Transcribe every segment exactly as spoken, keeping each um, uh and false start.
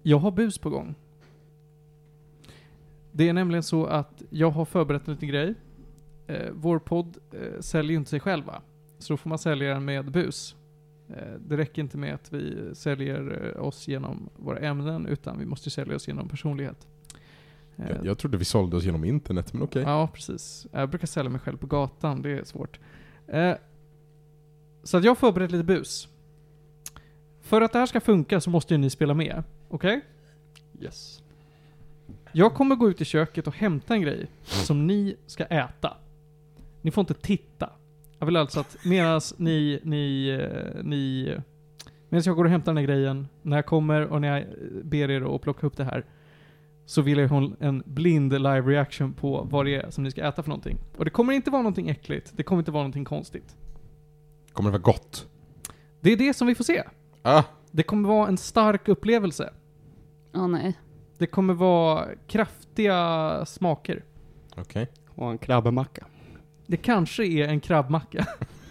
Jag har bus på gång. Det är nämligen så att jag har förberett en liten grej. Eh, vår podd eh, säljer ju inte sig själva. Så då får man sälja den med bus. Eh, det räcker inte med att vi säljer eh, oss genom våra ämnen, utan vi måste sälja oss genom personlighet. Eh, Jag, jag trodde vi sålde oss genom internet, men okej. Okay. Ja, precis. Jag brukar sälja mig själv på gatan, det är svårt. Eh, så att jag har förberett lite bus. För att det här ska funka så måste ju ni spela med. Okej? Okay? Yes. Jag kommer gå ut i köket och hämta en grej som ni ska äta. Ni får inte titta. Jag vill alltså att medan ni, ni, ni medan jag går och hämtar den här grejen, när jag kommer och när jag ber er att plocka upp det här, så vill jag ha en blind live reaction på vad det är som ni ska äta för någonting. Och det kommer inte vara någonting äckligt. Det kommer inte vara någonting konstigt. Kommer det vara gott? Det är det som vi får se. Ah. Det kommer vara en stark upplevelse. Åh oh, nej. Det kommer vara kraftiga smaker. Okej. Okay. Och en krabbemacka. Det kanske är en krabbmacka.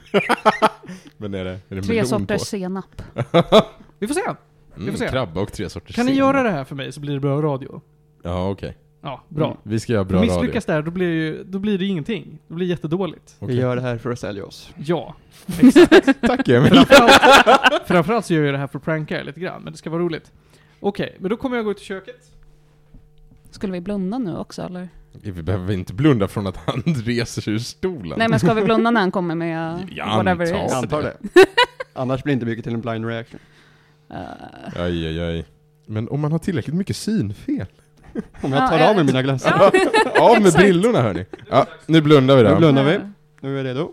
Men är det, är det tre sorters på? senap. Vi får se. Vi får se. Mm, krabba och tre sorters Kan ni senap. göra det här för mig så blir det bra radio? Ja, okej. Okay. Ja, bra. Mm, vi ska göra bra radio. radio. Misslyckas där, då blir, det ju, då blir det ingenting. Det blir jättedåligt. Okay. Vi gör det här för att sälja oss. Ja, exakt. Tack Emil. Framförallt, framförallt så gör jag det här för att pranka er lite grann, men det ska vara roligt. Okej, okay, men då kommer jag gå ut i köket. Skulle vi blunda nu också, eller? Vi behöver inte blunda från att han reser sig ur stolen. Nej, men ska vi blunda när han kommer med ja, whatever it is? Jag antar det. Annars blir det inte mycket till en blind reaction. Uh. Aj, aj, aj. Men om man har tillräckligt mycket synfel. Om jag tar ja, av med mina glasser. Ja, av med brillorna, hörni. Ja, nu blundar vi då. Nu blundar vi. Nu är vi redo.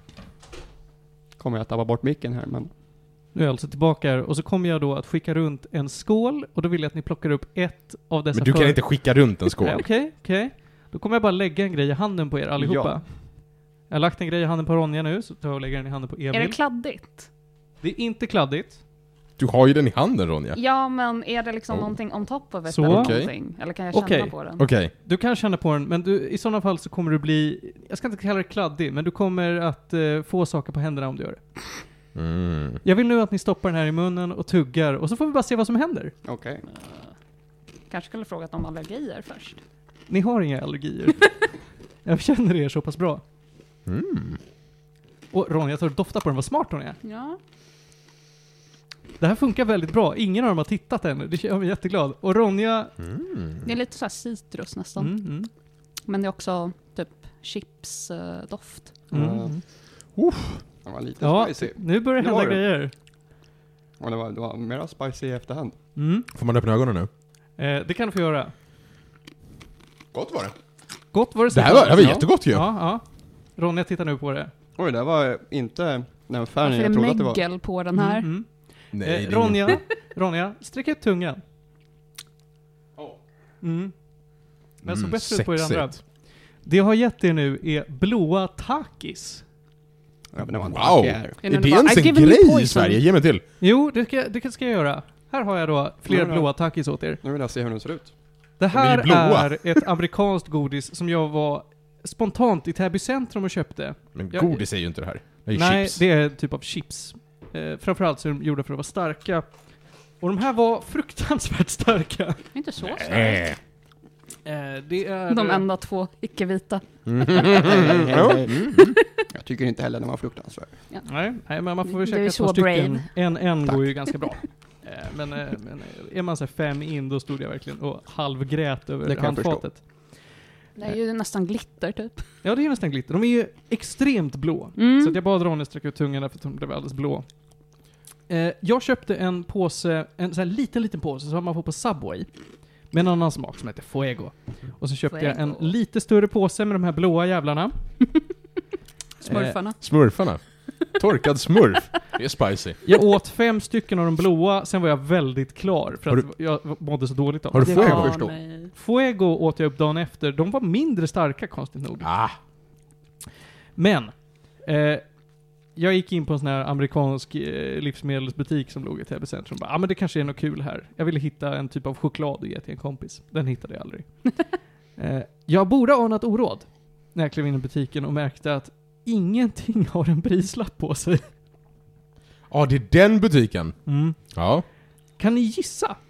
Kommer jag tappa bort micken här, men... Nu är jag alltså tillbaka här, och så kommer jag då att skicka runt en skål, och då vill jag att ni plockar upp ett av dessa. Men du för... kan inte skicka runt en skål. Okej, okej. Okay, okay. Då kommer jag bara lägga en grej i handen på er allihopa. Ja. Jag har lagt en grej i handen på Ronja nu, så tar jag och lägger den i handen på Emil. Är det kladdigt? Det är inte kladdigt. Du har ju den i handen, Ronja. Ja, men är det liksom oh. någonting on top of it? Så? Eller, okay. någonting? Eller kan jag känna okay. på den? Okej. Okay. Du kan känna på den, men du, i sådana fall så kommer du bli... Jag ska inte kalla det kladdig, men du kommer att uh, få saker på händerna om du gör det. Mm. Jag vill nu att ni stoppar den här i munnen och tuggar, och så får vi bara se vad som händer. Okej. Okay. Uh, kanske skulle frågat om allergier först. Ni har inga allergier. Jag känner er så pass bra. Mm. Och Ronja, jag tar och dofta på den. Vad smart hon är. Ja. Det här funkar väldigt bra. Ingen av dem har tittat än. Det gör mig jätteglad. Och Ronja... Mm. Det är lite så här citrus nästan. Mm, mm. Men det är också typ chips-doft. Uh, mm. uh. Uff. Det var lite ja, spicy. Nu börjar det hända grejer. Och det var, det var mera spicy i efterhand. Mm. Får man öppna ögonen nu? Eh, det kan du få göra. Gott var det. Gott var det. Det här var, det var jättegott ju. Ja, ja. Ronja, tittar nu på det. Oj, det var inte den färgen jag det trodde att det var. mögel på den här. Mm, mm. Nej, eh, Ronja, Ronja, sträck ut tungan. Mm. Men så mm, bättre ut på er sexigt. andra. Det jag har gett er nu är blåa takis. Ja, men det var wow! är. Är det ens en grej i Sverige? Ge mig till. Jo, det ska, det ska jag göra. Här har jag då flera blåa takis åt er. Nu vill jag se hur den ser ut. Det här De är, är ett amerikanskt godis som jag var spontant i Täby centrum och köpte. Men jag, godis är ju inte det här. Det är ju nej, chips. det är en typ av chips. Eh, framförallt så är de gjorda för att vara starka. Och de här var fruktansvärt starka. Inte så starkt. Äh. Eh, det är... De enda två icke-vita. Mm. Mm. Jag tycker inte heller den var fruktansvärd. Ja. Nej, nej, men man får väl Du är käka så två stycken. brave. En, en Tack. går ju ganska bra. Eh, men, eh, men är man så här fem in, då stod jag verkligen och halvgrät över Det kan jag handfatet. Det är ju nästan glitter typ. Ja, det är nästan glitter. De är ju extremt blå. Mm. Så att jag bad Ronny sträcka ut tungan för att de blev alldeles blå. Eh, jag köpte en påse, en så här liten, liten påse som man får på Subway. Med en annan smak som heter Fuego. Och så köpte Fuego. jag en lite större påse med de här blåa jävlarna. Smurfarna. Eh, Smurfarna. Torkad smurf. Det är spicy. jag åt fem stycken av de blåa, sen var jag väldigt klar. För Har att jag mådde så dåligt av Har du det. Fuego? Ja, förstå. nej. Fuego åt jag upp dagen efter. De var mindre starka, konstigt nog. Ah. Men, eh, jag gick in på en sån här amerikansk eh, livsmedelsbutik som låg i Täby centrum. Ja, ah, men det kanske är något kul här. Jag ville hitta en typ av choklad och ge till en kompis. Den hittade jag aldrig. eh, jag borde ha anat oråd när jag klev in i butiken och märkte att ingenting har en prislapp på sig. Ja, ah, det är den butiken. Mm. Ja. Kan ni gissa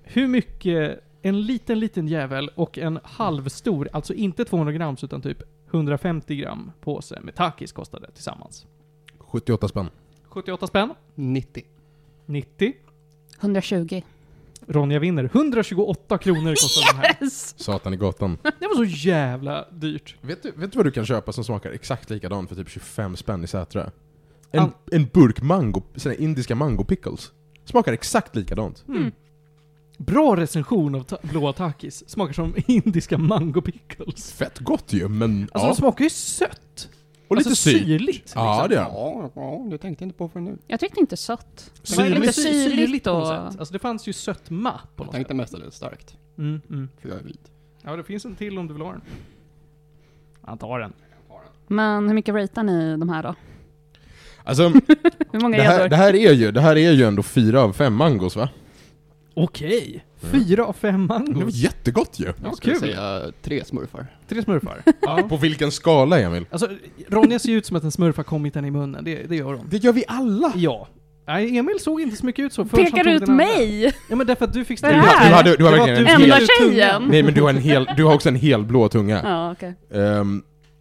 hur mycket en liten, liten jävel och en halvstor, alltså inte tvåhundra gram utan typ hundrafemtio gram påse med Takis kostade tillsammans? sjuttioåtta spänn. sjuttioåtta spänn. nittio. nittio. hundratjugo. Ronja vinner. hundratjugoåtta kronor kostar den här. Yes! Satan i gatan. Det var så jävla dyrt. Vet du, vet du vad du kan köpa som smakar exakt likadant för typ tjugofem spänn i Sätra? En, An- en burk mango, såna indiska mango pickles. Smakar exakt likadant. Mm. Bra recension av ta- blåa Takis. Smakar som indiska mango pickles. Fett gott ju, men Alltså ja. de smakar ju sött. Och lite alltså, syr. syrligt. Ja, liksom. det är det. Ja, ja, det tänkte jag inte på för nu. Jag tyckte inte sött. Det var Syrligt. lite Sy- syrligt på något och... sätt. Alltså det fanns ju sötma på Jag något tänkte sätt. mestadels starkt. Mm, mm. För jag är vit. Ja, det finns en till om du vill ha den. Han tar den. Men hur mycket ratear ni de här då? Alltså, Hur många det här, gäddor? det här är ju, det här är ju ändå fyra av fem mangos, va? Okej. Fyra av fem Det var mangos. jättegott ju. Ja, Jag skulle kul. säga tre smurfar. Tre smurfar. Ja. På vilken skala, Emil? Alltså, Ronja ser ut som att en smurf har kommit henne i munnen. Det, det gör hon. Det gör vi alla. Ja. Nej, Emil såg inte så mycket ut så. förrän han Pekar tog ut den andra. mig! Ja, men därför att du fick Vad är Du, det har- här? du, hade, du har Det var verkligen att en du- Enda hel... tjejen! Nej, men du har, en hel, du har också en hel blå tunga. Ja, okej. Ehm,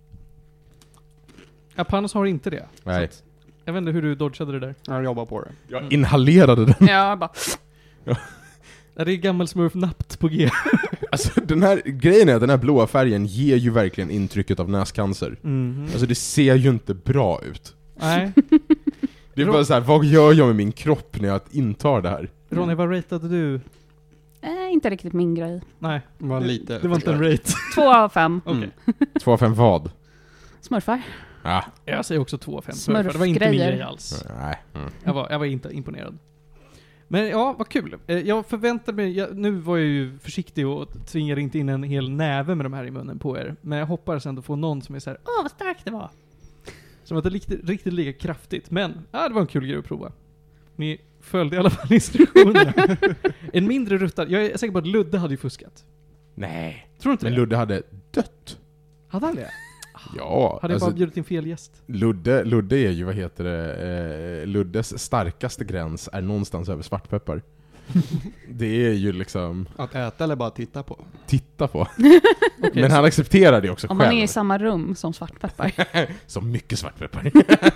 Ja, Panos har inte det. nej. Så att, jag vet inte hur du dodgade det där. Jag jobbar på det. Jag inhalerade den. Ja, bara... Är det gammel smurf nappt på G? Alltså, den här grejen är att den här blåa färgen ger ju verkligen intrycket av näscancer. Mhm. Alltså, det ser ju inte bra ut. Nej. Det är bara så här, vad gör jag med min kropp när jag intar det här? Ronny, vad ratade du? Eh, inte riktigt min grej. Nej, Det var det, lite... det var inte en rate. Två av fem. Okej. Mm. Två av fem vad? Smurfar. Ah, Jag säger också två av fem smurfar. Det var inte min Smurfgrejer. grej alls. nej. Mm. Jag var, jag var inte imponerad. Men ja, vad kul. Eh, Jag förväntade mig, jag, nu var jag ju försiktig och tvingade inte in en hel näve med de här i munnen på er. Men jag hoppades ändå få någon som är så här: åh vad starkt det var. Som att det är riktigt, riktigt lika kraftigt. Men, ja, det var en kul grej att prova. Ni följde i alla fall instruktionerna. En mindre ruttad, jag är säker på att Ludde hade ju fuskat. Nej. Tror du inte Men det? Ludde hade dött. Hade han det? Ja, Hade jag alltså, bara bjudit in fel gäst? Ludde, Ludde är ju, vad heter det, eh, Luddes starkaste gräns är någonstans över svartpeppar. Det är ju liksom, Att äta eller bara titta på? titta på. Okej, Men han accepterar det också Om man själv. är i samma rum som svartpeppar. Så mycket svartpeppar.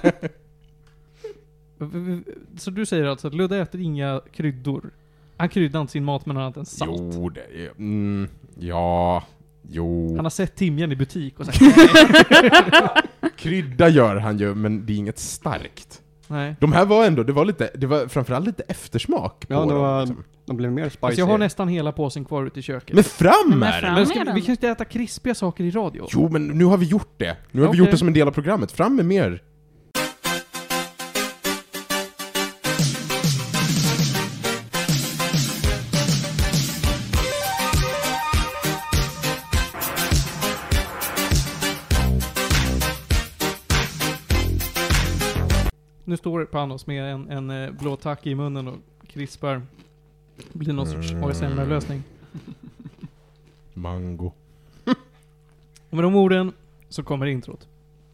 så, så du säger alltså att Ludde äter inga kryddor? Han kryddar inte sin mat med något annat än salt? Jo, det är, mm, ja, jo. Han har sett timjan i butik och sagt Krydda gör han ju, men det är inget starkt. nej. De här var ändå, det var lite, det var framförallt lite eftersmak på Ja, det dem, var, liksom. de blev mer spicy. Alltså jag har nästan hela påsen kvar ute i köket. Men fram Men med fram. den! Men ska, med vi den. kan inte äta krispiga saker i radio. Jo, men nu har vi gjort det. Nu har Okej. vi gjort det som en del av programmet. Fram med mer. Nu står Panos med en, en eh, blå tack i munnen och krispar. Det blir någon sorts Mm. A S M R-lösning. Mango. Och med de orden så kommer introt.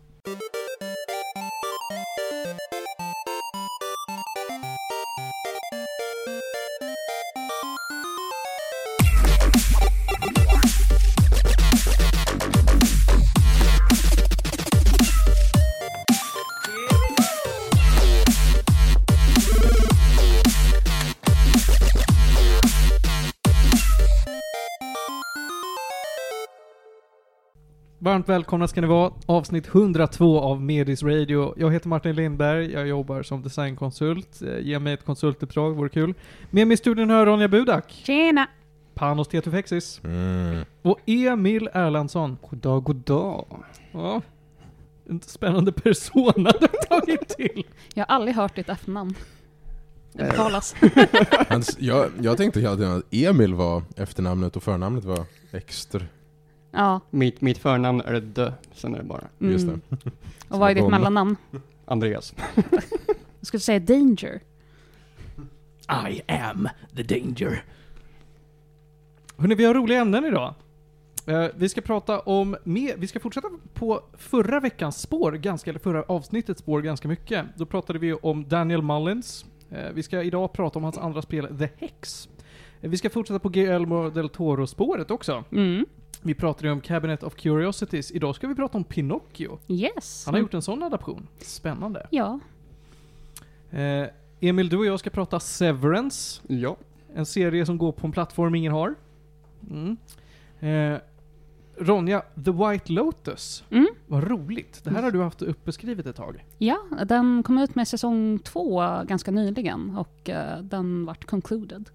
Varmt välkomna ska ni vara. Avsnitt hundratvå av Medis Radio. Jag heter Martin Lindberg. Jag jobbar som designkonsult. Eh, Ge mig ett konsultuppdrag, vore kul. Med mig i studion hör Ronja Budak, Tjena! Panos Tetufexis Mm. och Emil Erlandsson. God dag, god dag. Ja, en spännande persona du har tagit till. Jag har aldrig hört ditt efternamn. Det betalas. Hans, jag, jag tänkte hela tiden att Emil var efternamnet och förnamnet var extra. Ja. Mitt, mitt förnamn är Dö, sen är det bara Mm. Just det. Och vad är ditt Donna. mellannamn? Andreas. Jag skulle säga Danger. I am the danger. Hörrni, vi har roliga ämnen idag. Eh, vi ska prata om mer, vi ska fortsätta på förra veckans spår, ganska, eller förra avsnittets spår ganska mycket. Då pratade vi om Daniel Mullins. Eh, vi ska idag prata om hans andra spel, The Hex. Vi ska fortsätta på Guillermo del Toro-spåret också. Mm. Vi pratade ju om Cabinet of Curiosities. Idag ska vi prata om Pinocchio. Yes. Han har gjort en sån adaption. Spännande. Ja. Eh, Emil, du och jag ska prata Severance. Ja. En serie som går på en plattform ingen har. Mm. Eh, Ronja, The White Lotus. Mm. Vad roligt. Det här har du haft uppeskrivet ett tag. Ja, den kom ut med säsong två ganska nyligen och uh, den vart concluded.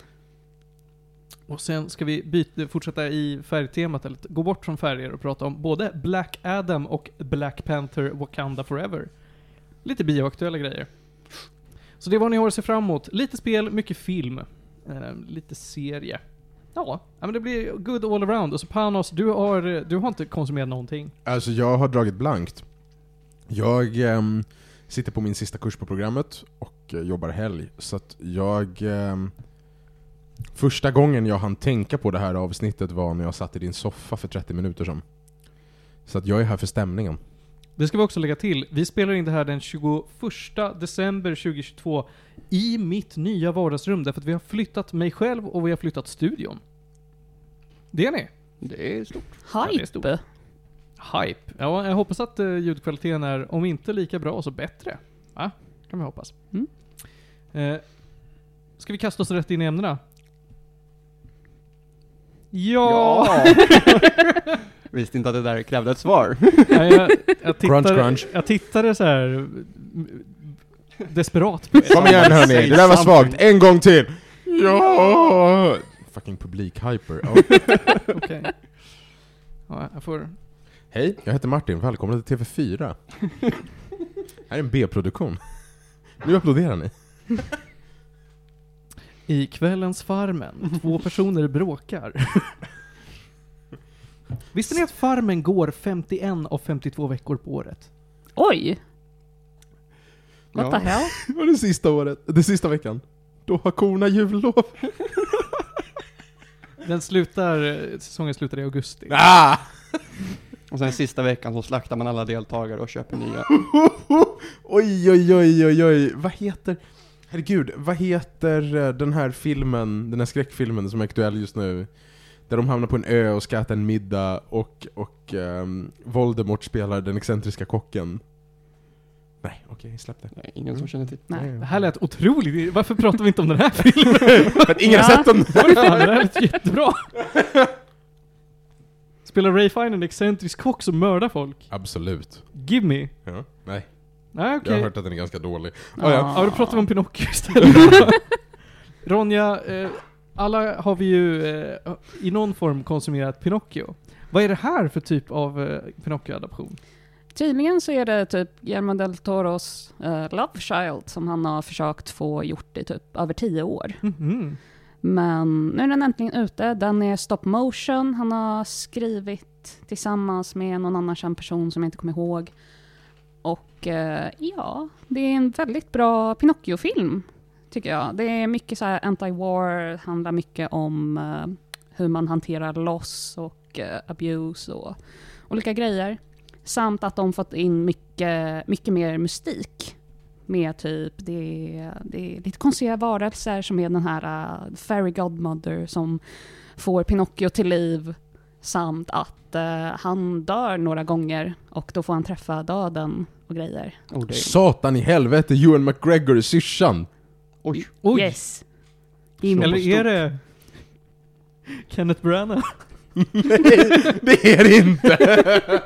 Och sen ska vi byta, fortsätta i färgtemat, eller gå bort från färger och prata om både Black Adam och Black Panther Wakanda Forever. Lite bioaktuella grejer. Så det är vad ni har att se fram emot. Lite spel, mycket film. Eh, lite serie. Ja, men det blir good all around. Och så Panos, du har, du har inte konsumerat någonting. Alltså jag har dragit blankt. Jag ehm, sitter på min sista kurs på programmet och eh, jobbar helg. Så att jag... ehm, första gången jag hann tänka på det här avsnittet var när jag satt i din soffa för trettio minuter sedan. Så att jag är här för stämningen. Det ska vi också lägga till. Vi spelar in det här den tjugoförsta december tjugohundratjugotvå i mitt nya vardagsrum, därför att vi har flyttat mig själv och vi har flyttat studion. Det är ni. Det är stort. Ja, det är stort. Hype. Hype. Ja, jag hoppas att uh, ljudkvaliteten är, om inte lika bra, så bättre. Ja, kan vi hoppas. Mm. Uh, ska vi kasta oss rätt in i ämnena? Ja! Ja. Visste inte att det där krävde ett svar. Ja, jag, jag, tittade, Crunch, crunch. jag tittade så här mm, desperat på er. Kom igen hörni, det där var svagt. En gång till! Ja! Fucking publik-hyper. Ja. Okej. Ja, jag får... Hej, jag heter Martin. Välkommen till T V fyra. Här är en B-produktion. Nu applåderar ni. I kvällens Farmen, två personer bråkar. Visste ni att Farmen går femtioen av femtiotvå veckor på året? Oj! What Ja. the hell? Det var det sista året, det sista veckan. Då har korna jullov. Den slutar, säsongen slutar i augusti. Ah! Och sen sista veckan så slaktar man alla deltagare och köper nya. Oj, oj, oj, oj, oj. Vad heter... Herregud, vad heter eh, den här filmen, den här skräckfilmen som är aktuell just nu? Där de hamnar på en ö och ska äta en middag och, och um, Voldemort spelar den excentriska kocken. Nej, okej, okay, släpp det. Nej, ingen som känner till. Nej. Det här lät otroligt. Varför pratar vi inte om den här filmen? För att ingen Ja. har sett den. Fan, det här lät jättebra. Spelar Ray Fiennes en excentrisk kock som mördar folk? Absolut. Give me. Ja, nej. Nej, Jag okej. har hört att den är ganska dålig. Ja. Oh, ja. Ja, då pratar vi om Pinocchio istället. Ronja, eh, alla har vi ju eh, i någon form konsumerat Pinocchio. Vad är det här för typ av eh, Pinocchio-adaption? Tydligen så är det typ Guillermo del Toros uh, Love Child som han har försökt få gjort i typ över tio år. Mhm. Men nu är den äntligen ute. Den är stop motion. Han har skrivit tillsammans med någon annan känd person som jag inte kommer ihåg. Och eh, ja, det är en väldigt bra Pinocchio-film, tycker jag. Det är mycket så här anti-war, handlar mycket om eh, hur man hanterar loss och eh, abuse och olika grejer. Samt att de fått in mycket, mycket mer mystik. Med typ, det är, det är lite konstiga varelser som är den här uh, fairy godmother som får Pinocchio till liv. Samt att uh, han dör några gånger och då får han träffa döden och grejer. Oh, det är... Satan i helvete, Ewan McGregor är syrsan. Oj. Oj! Yes. Eller är det Kenneth Branagh? Nej, det är det inte.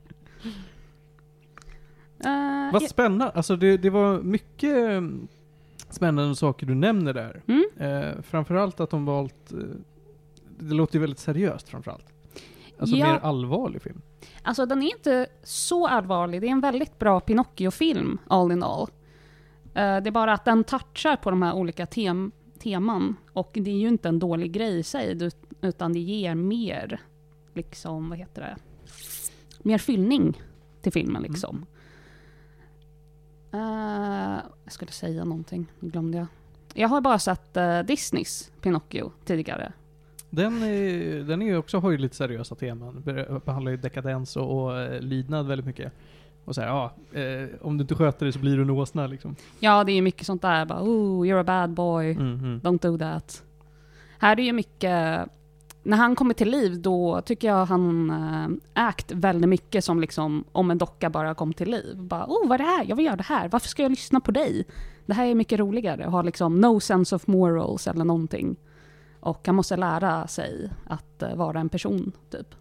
Uh, Vad spännande. Alltså det, det var mycket mm, spännande saker du nämner där. mm? Eh, framförallt att de valt... Eh, det låter ju väldigt seriöst framförallt. Alltså Ja. mer allvarlig film. Alltså den är inte så allvarlig. Det är en väldigt bra Pinocchio-film, all in all. Uh, det är bara att den touchar på de här olika tem- teman. Och det är ju inte en dålig grej i sig, du- utan det ger mer, liksom, vad heter det? Mer fyllning till filmen, liksom. Uh, jag skulle säga någonting, nu glömde jag. Jag har bara sett uh, Disneys Pinocchio tidigare. Den, är, den är ju också, har ju lite seriösa teman. Be- Behandlar ju dekadens och, och eh, lydnad väldigt mycket. Och så här, ja, eh, om du inte sköter det så blir du en åsna liksom. Ja, det är mycket sånt där. Bara, oh, you're a bad boy. Mm-hmm. Don't do that. Här är ju mycket... När han kommer till liv, då tycker jag han äh, ägt väldigt mycket som liksom om en docka bara kom till liv. Bara, oh, vad är det här? Jag vill göra det här. Varför ska jag lyssna på dig? Det här är mycket roligare. Har liksom no sense of morals eller någonting. Och han måste lära sig att uh, vara en person, typ.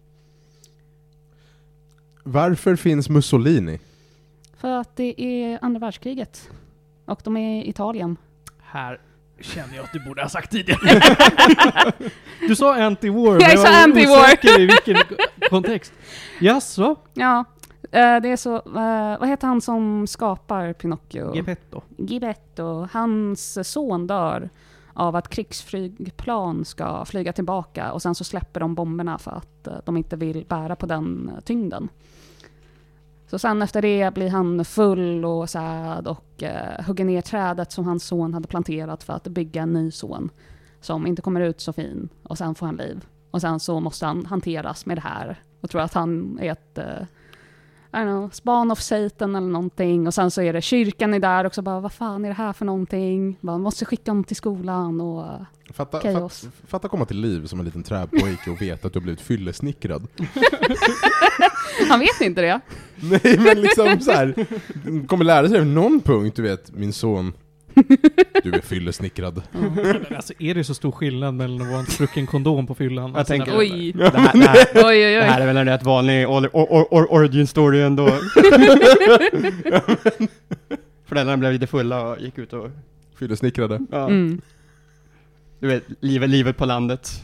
Varför finns Mussolini? För att det är andra världskriget. Och de är i Italien. Här känner jag att du borde ha sagt tidigare. Du sa anti-war, men Jag jag sa var anti-war. osäker i vilken kontext. Jaså? Ja, eh, det är så... eh, vad heter han som skapar Pinocchio? Geppetto. Gepetto. Hans son dör av att krigsflygplan ska flyga tillbaka och sen så släpper de bomberna för att eh, de inte vill bära på den eh, tyngden. Så sen efter det blir han full och sad och eh, hugger ner trädet som hans son hade planterat för att bygga en ny son som inte kommer ut så fin, och sen får han liv. Och sen så måste han hanteras med det här och tror att han är ett eh, I don't know, spawn of Satan eller någonting, och sen så är det kyrkan är där och så bara, vad fan är det här för någonting? Man måste skicka dem till skolan och Fatta, Chaos. fatta, fatta komma till liv som en liten träpojke och veta att du har blivit fyllesnickrad. han vet inte det. Nej, men liksom så här, du kommer lära sig av någon punkt, du vet, min son, du är fyllesnickrad. Men alltså, är det så stor skillnad mellan att vara en strucken kondom på fyllan? Jag tänker- Oj. Det här, det, här, Oj, oj, det oj. här är väl en rätt vanlig or, or, or, origin story ändå. Föräldrarna blev lite fulla och gick ut och... Fyllesnickrade. Ja, Mm. du vet, livet, livet på landet.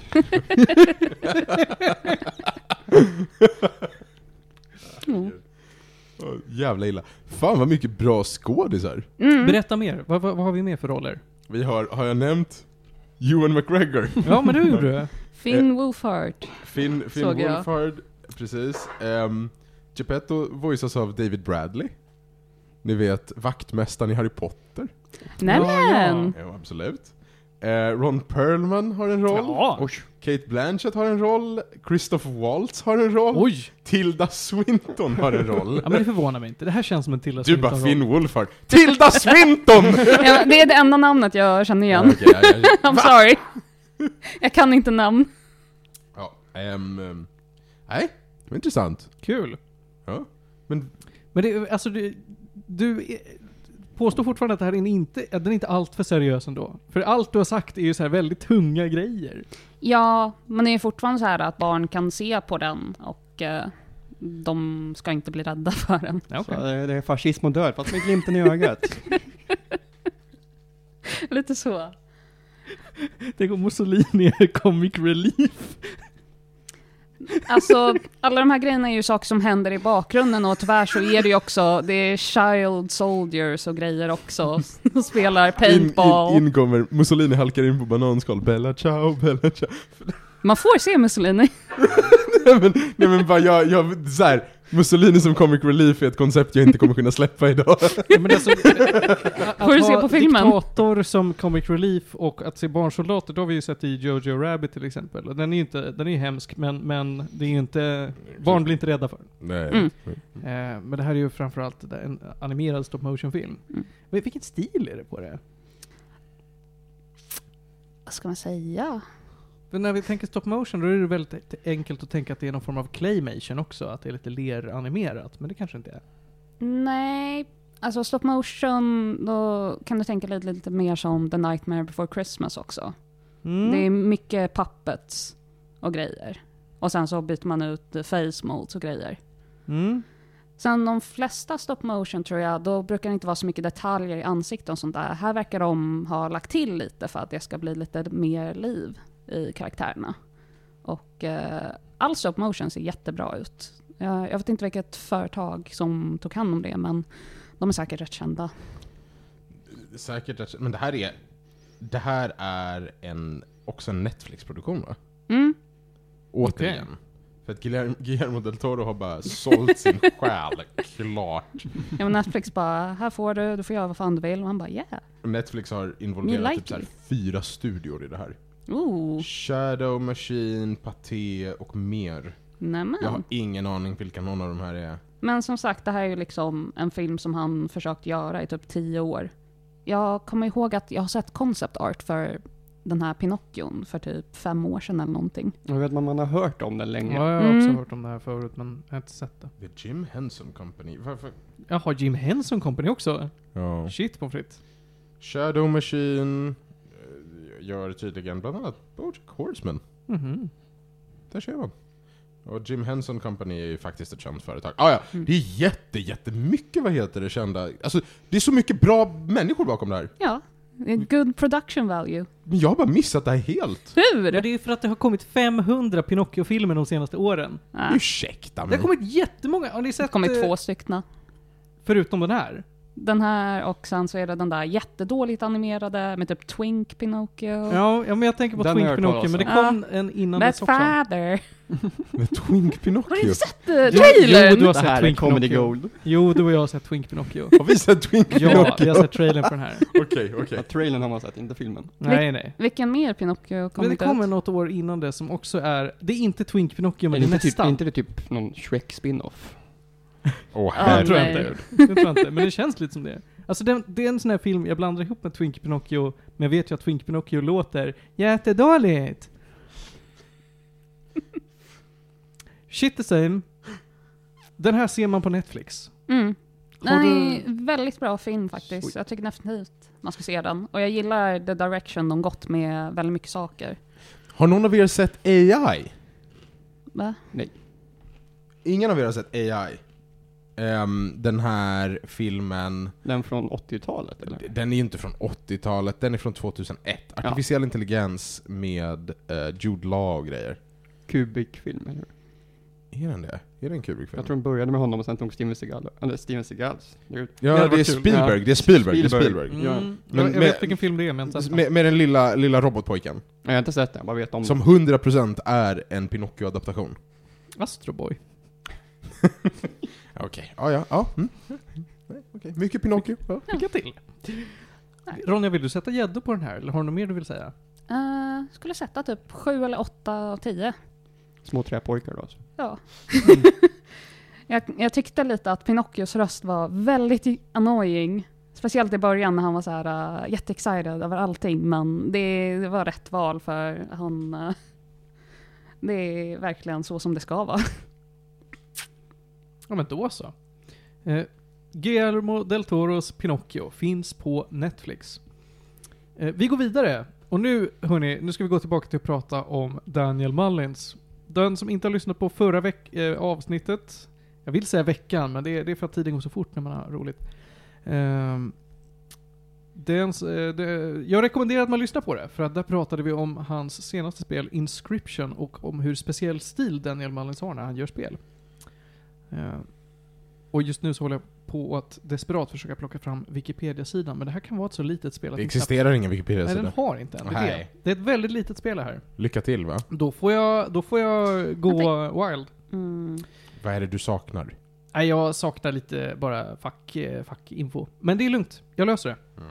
Mm. Åh, jävla illa. Fan vad mycket bra skådisar. Mm. Berätta mer. Vad, vad, vad har vi mer för roller? Vi har, har jag nämnt Ewan McGregor? Ja, men du gjorde det. Finn Wolfhard. Finn, Finn Såg jag. Wolfhard, precis. Um, Geppetto voices av David Bradley. Ni vet, vaktmästaren i Harry Potter. Nämen! Ja, absolut. Eh, Ron Perlman har en roll. Ja. Oj. Kate Blanchett har en roll. Christoph Waltz har en roll. Oj! Tilda Swinton har en roll. Ja, men det förvånar mig inte. Det här känns som en Tilda Du bara Swinton-roll. Finn Wolfhard. Tilda Swinton! Ja, det är det enda namnet jag känner igen. Ja, okej, ja, ja, ja. I'm sorry. Jag kan inte namn. Ja, ehm, ehm, nej, det var intressant. Kul. Ja, men Men det, alltså, du, du är- påstår fortfarande att det här är inte, att den är inte allt för seriös ändå. För allt du har sagt är ju så här väldigt tunga grejer. Ja, men det är fortfarande så här att barn kan se på den och eh, de ska inte bli rädda för den. Ja, Så okay. det, det är fascism och död, fast med glimten i ögat. Lite så. Det går Mussolini är comic relief. Alltså, alla de här grejerna är ju saker som händer i bakgrunden och tyvärr så är det ju också, det är child soldiers och grejer också som spelar in, paintball. in, in kommer Mussolini halkar in på bananskal. Bella ciao, bella ciao. Man får se Mussolini. nej, men, nej men bara jag, jag så här, Mussolini som comic relief är ett koncept jag inte kommer kunna släppa idag. Ja, men alltså, att Får du se ha på filmen? diktator som comic relief och att se barnsoldater, då har vi ju sett i Jojo Rabbit till exempel. Och den är ju inte, den är ju hemsk, men, men det är ju inte, barn blir inte rädda för den. Nej. Mm. Eh, men det här är ju framförallt en animerad stop motion film. Mm. Men vilken stil är det på det? Vad ska man säga? För när vi tänker stop motion, då är det väldigt enkelt att tänka att det är någon form av claymation också, att det är lite leranimerat, men det kanske inte är. Nej, alltså stop motion, då kan du tänka lite, lite mer som The Nightmare Before Christmas också. Mm. Det är mycket puppets och grejer. Och sen så byter man ut face molds och grejer. Mm. Sen de flesta stop motion tror jag, då brukar det inte vara så mycket detaljer i ansikten och sånt där. Här verkar de ha lagt till lite för att det ska bli lite mer liv i karaktärerna. Och eh, all stop motion ser jättebra ut. Jag, jag vet inte vilket företag som tog hand om det, men de är säkert rätt kända. Säkert rätt, men det här är det här är en också en Netflix-produktion, va? Mm. Återigen. Okej. För att Guillermo, Guillermo del Toro har bara sålt sin själ, klart. Ja, men Netflix bara, här får du, du får göra vad fan du vill. Och han bara, yeah. Netflix har Me involverat like typ så här you. fyra studior i det här. Ooh, Shadow Machine, Pathé och mer. nämen. Jag har ingen aning vilka någon av de här är. Men som sagt, det här är ju liksom en film som han försökt göra i typ tio år. Jag kommer ihåg att jag har sett concept art för den här Pinocchion för typ fem år sedan eller någonting. Jag vet man, man har hört om den länge. Ja, jag har också Mm. hört om det här förut, men jag har inte sett det. The Jim Henson Company. Varför? Jaha, Jim Henson Company också? Ja. Shit på fritt. Shadow Machine eh, gör tydligen bland annat BoJack Horseman. Mhm. Där ser man. Och Jim Henson Company är ju faktiskt ett känt företag. Ah, ja, Mm. det är jätte, jättemycket, vad heter det, kända. Alltså, det är så mycket bra människor bakom det här. Ja, det är good production value. Men jag har bara missat det här helt. Hur? Men det är ju för att det har kommit femhundra Pinocchio-filmer de senaste åren. Ja, Ursäkta Det mig. har kommit jättemånga. Har ni det sett? har kommit eh, två stycken. Förutom den här. Den här och sen så är det den där jättedåligt animerade med typ Twink Pinocchio. Ja, ja, men jag tänker på Den har Twink jag hört Pinocchio, talas men det om. kom en innan Bad dess också. Father. Med Twink Har Pinocchio. du inte sett uh, Jo, trailern? du har Det sett här är Twink comedy Pinocchio. gold. Jo, du och jag har sett Twink Pinocchio. Har vi sett Twink Ja, Pinocchio? vi har sett trailern för den här. Okej, okej. Ja, trailern har man sett, inte filmen. Nej, nej. Vilken mer Pinocchio Men kommer det inte kommer ut? något år innan det som också är... Det är inte Twink Pinocchio, men Är det är inte, typ, nästan. är inte det typ någon Shrek-spin-off? Åh, Ja, Det herregud. tror jag nej. inte. Det tror jag inte, men det känns lite som det. Alltså det, det är en sån här film, jag blandar ihop med Twink Pinocchio, men jag vet ju att Twink Pinocchio låter jättedåligt. Shit the same. Den här ser man på Netflix. Mm. Har Den du- är väldigt bra film faktiskt. Sweet. Jag tycker definitivt man ska se den. Och jag gillar the direction de gått med väldigt mycket saker. Har någon av er sett A I? Va? Ingen av er har sett A I? Ehm, den här filmen, Den från åttiotalet eller? den är ju inte från åttiotalet, den är från tjugohundraett. Artificiell intelligens med uh, Jude Law och grejer. Kubik-film eller? Är den det? Är det en Kubrick-film? Jag tror den började med honom och sen tog Steven Seagal. Eller Steven Seagals. Det är- Ja, Det hade det är varit kul. Spielberg, Ja. det är Spielberg, det är Spielberg. Spielberg. Ja. Mm. Men jag, jag med- vet vilken film det är, men jag har inte sett den. Med, med den lilla, lilla robotpojken. Nej, jag har inte sett den, jag bara vet om Som hundra procent är en Pinocchio-adaptation. Astro Boy. Okej, ja, ja, ja. Mm. Nej, okej. Mycket Pinocchio. Ja. Lycka till. Ronja, vill du sätta gäddor på den här? Eller har du något mer du vill säga? Uh, skulle sätta typ sju eller åtta av tio. små träpojkar då. Alltså. Ja. jag, jag tyckte lite att Pinocchios röst var väldigt annoying. Speciellt i början när han var så här uh, jätteexcited över allting. Men det, det var rätt val för han... Uh, det är verkligen så som det ska vara. Ja, men då så. Eh, Guillermo del Toros Pinocchio finns på Netflix. Eh, vi går vidare. Och nu, hörni, nu ska vi gå tillbaka till att prata om Daniel Mullins. Den som inte har lyssnat på förra veck- eh, avsnittet, jag vill säga veckan, men det är, det är för att tiden går så fort när man har roligt. Eh, den, eh, det, jag rekommenderar att man lyssnar på det, för att där pratade vi om hans senaste spel Inscription och om hur speciell stil Daniel Mullins har när han gör spel. Uh, och just nu så håller jag på att desperat försöka plocka fram Wikipedia-sidan, men det här kan vara ett så litet spel att Det ni existerar ingen knappt- Nej, Wikipedia-sida. den har inte en. Det är, Nej. det. det är ett väldigt litet spel här. Lycka till, va? Då får jag, då får jag gå wild. Mm. Vad är det du saknar? Nej, jag saknar lite bara fack, eh, fackinfo. Men det är lugnt. Jag löser det. Mm.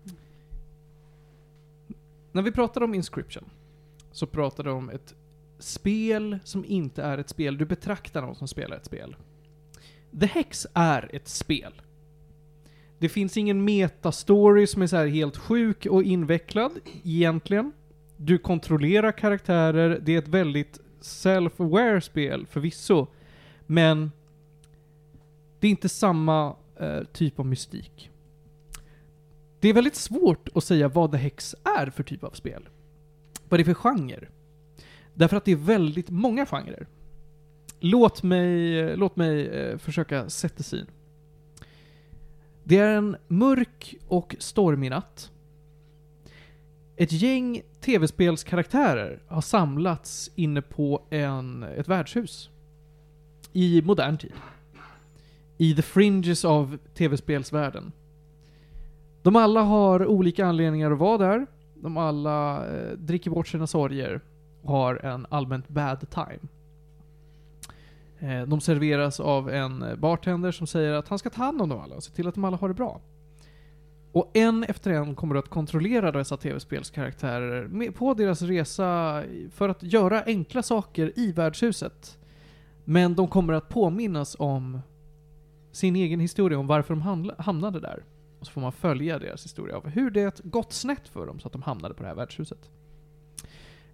När vi pratade om Inscription så pratade vi om ett spel som inte är ett spel. Du betraktar någon som spelar ett spel. The Hex är ett spel. Det finns ingen meta-story som är så här helt sjuk och invecklad egentligen. Du kontrollerar karaktärer. Det är ett väldigt self-aware spel förvisso. Men det är inte samma eh, typ av mystik. Det är väldigt svårt att säga vad The Hex är för typ av spel. Vad det är för genre. Därför att det är väldigt många genrer. Låt mig, låt mig eh, försöka sätta syn. Det är en mörk och stormig natt. Ett gäng tv-spelskaraktärer har samlats inne på en, ett värdshus. I modern tid. I the fringes av tv-spelsvärlden. De alla har olika anledningar att vara där. De alla eh, dricker bort sina sorger och har en allmänt bad time. Eh, de serveras av en bartender som säger att han ska ta hand om dem alla och se till att de alla har det bra. Och en efter en kommer att kontrollera dessa tv-spelskaraktärer med, på deras resa för att göra enkla saker i värdshuset. Men de kommer att påminnas om sin egen historia, om varför de handla, hamnade där. Och så får man följa deras historia av hur det gått snett för dem så att de hamnade på det här värdshuset.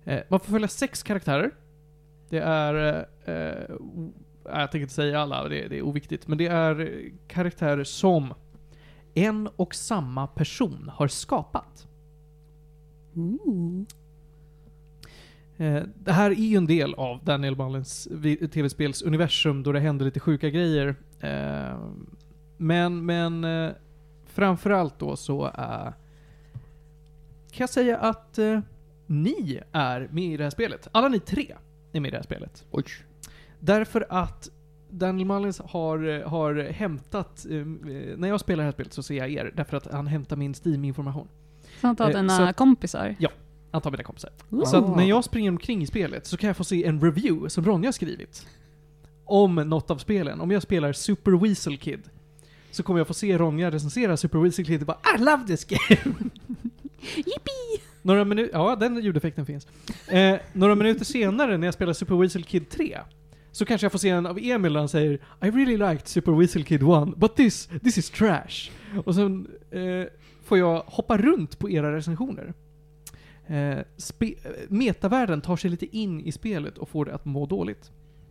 Eh, man får följa sex karaktärer. Det är... Eh, eh, jag tänker inte säga alla, det, det är oviktigt. Men det är karaktärer som en och samma person har skapat. Ooh. Eh, det här är ju en del av Daniel Mullins vi- tv-spels universum då det händer lite sjuka grejer. Eh, men men eh, framförallt då så eh, kan jag säga att eh, ni är med i det här spelet. Alla ni tre är med i det här spelet. Oj. Därför att Daniel Mullins har, har hämtat, eh, när jag spelar det här spelet så ser jag er, därför att han hämtar min Steam-information. Så han tar Eh, dina så att- kompisar? Han tar mina kompisar. Ooh. Så att när jag springer omkring i spelet så kan jag få se en review som Ronja har skrivit om något av spelen. Om jag spelar Super Weasel Kid så kommer jag få se Ronja recensera Super Weasel Kid och bara I love this game! Yippee! Några minuter, ja den ljudeffekten finns. Eh, några minuter senare när jag spelar Super Weasel Kid tre så kanske jag får se en av Emil där han säger I really liked Super Weasel Kid one, but this, this is trash. Och sen eh, får jag hoppa runt på era recensioner. Eh, spe- metavärlden tar sig lite in i spelet och får det att må dåligt.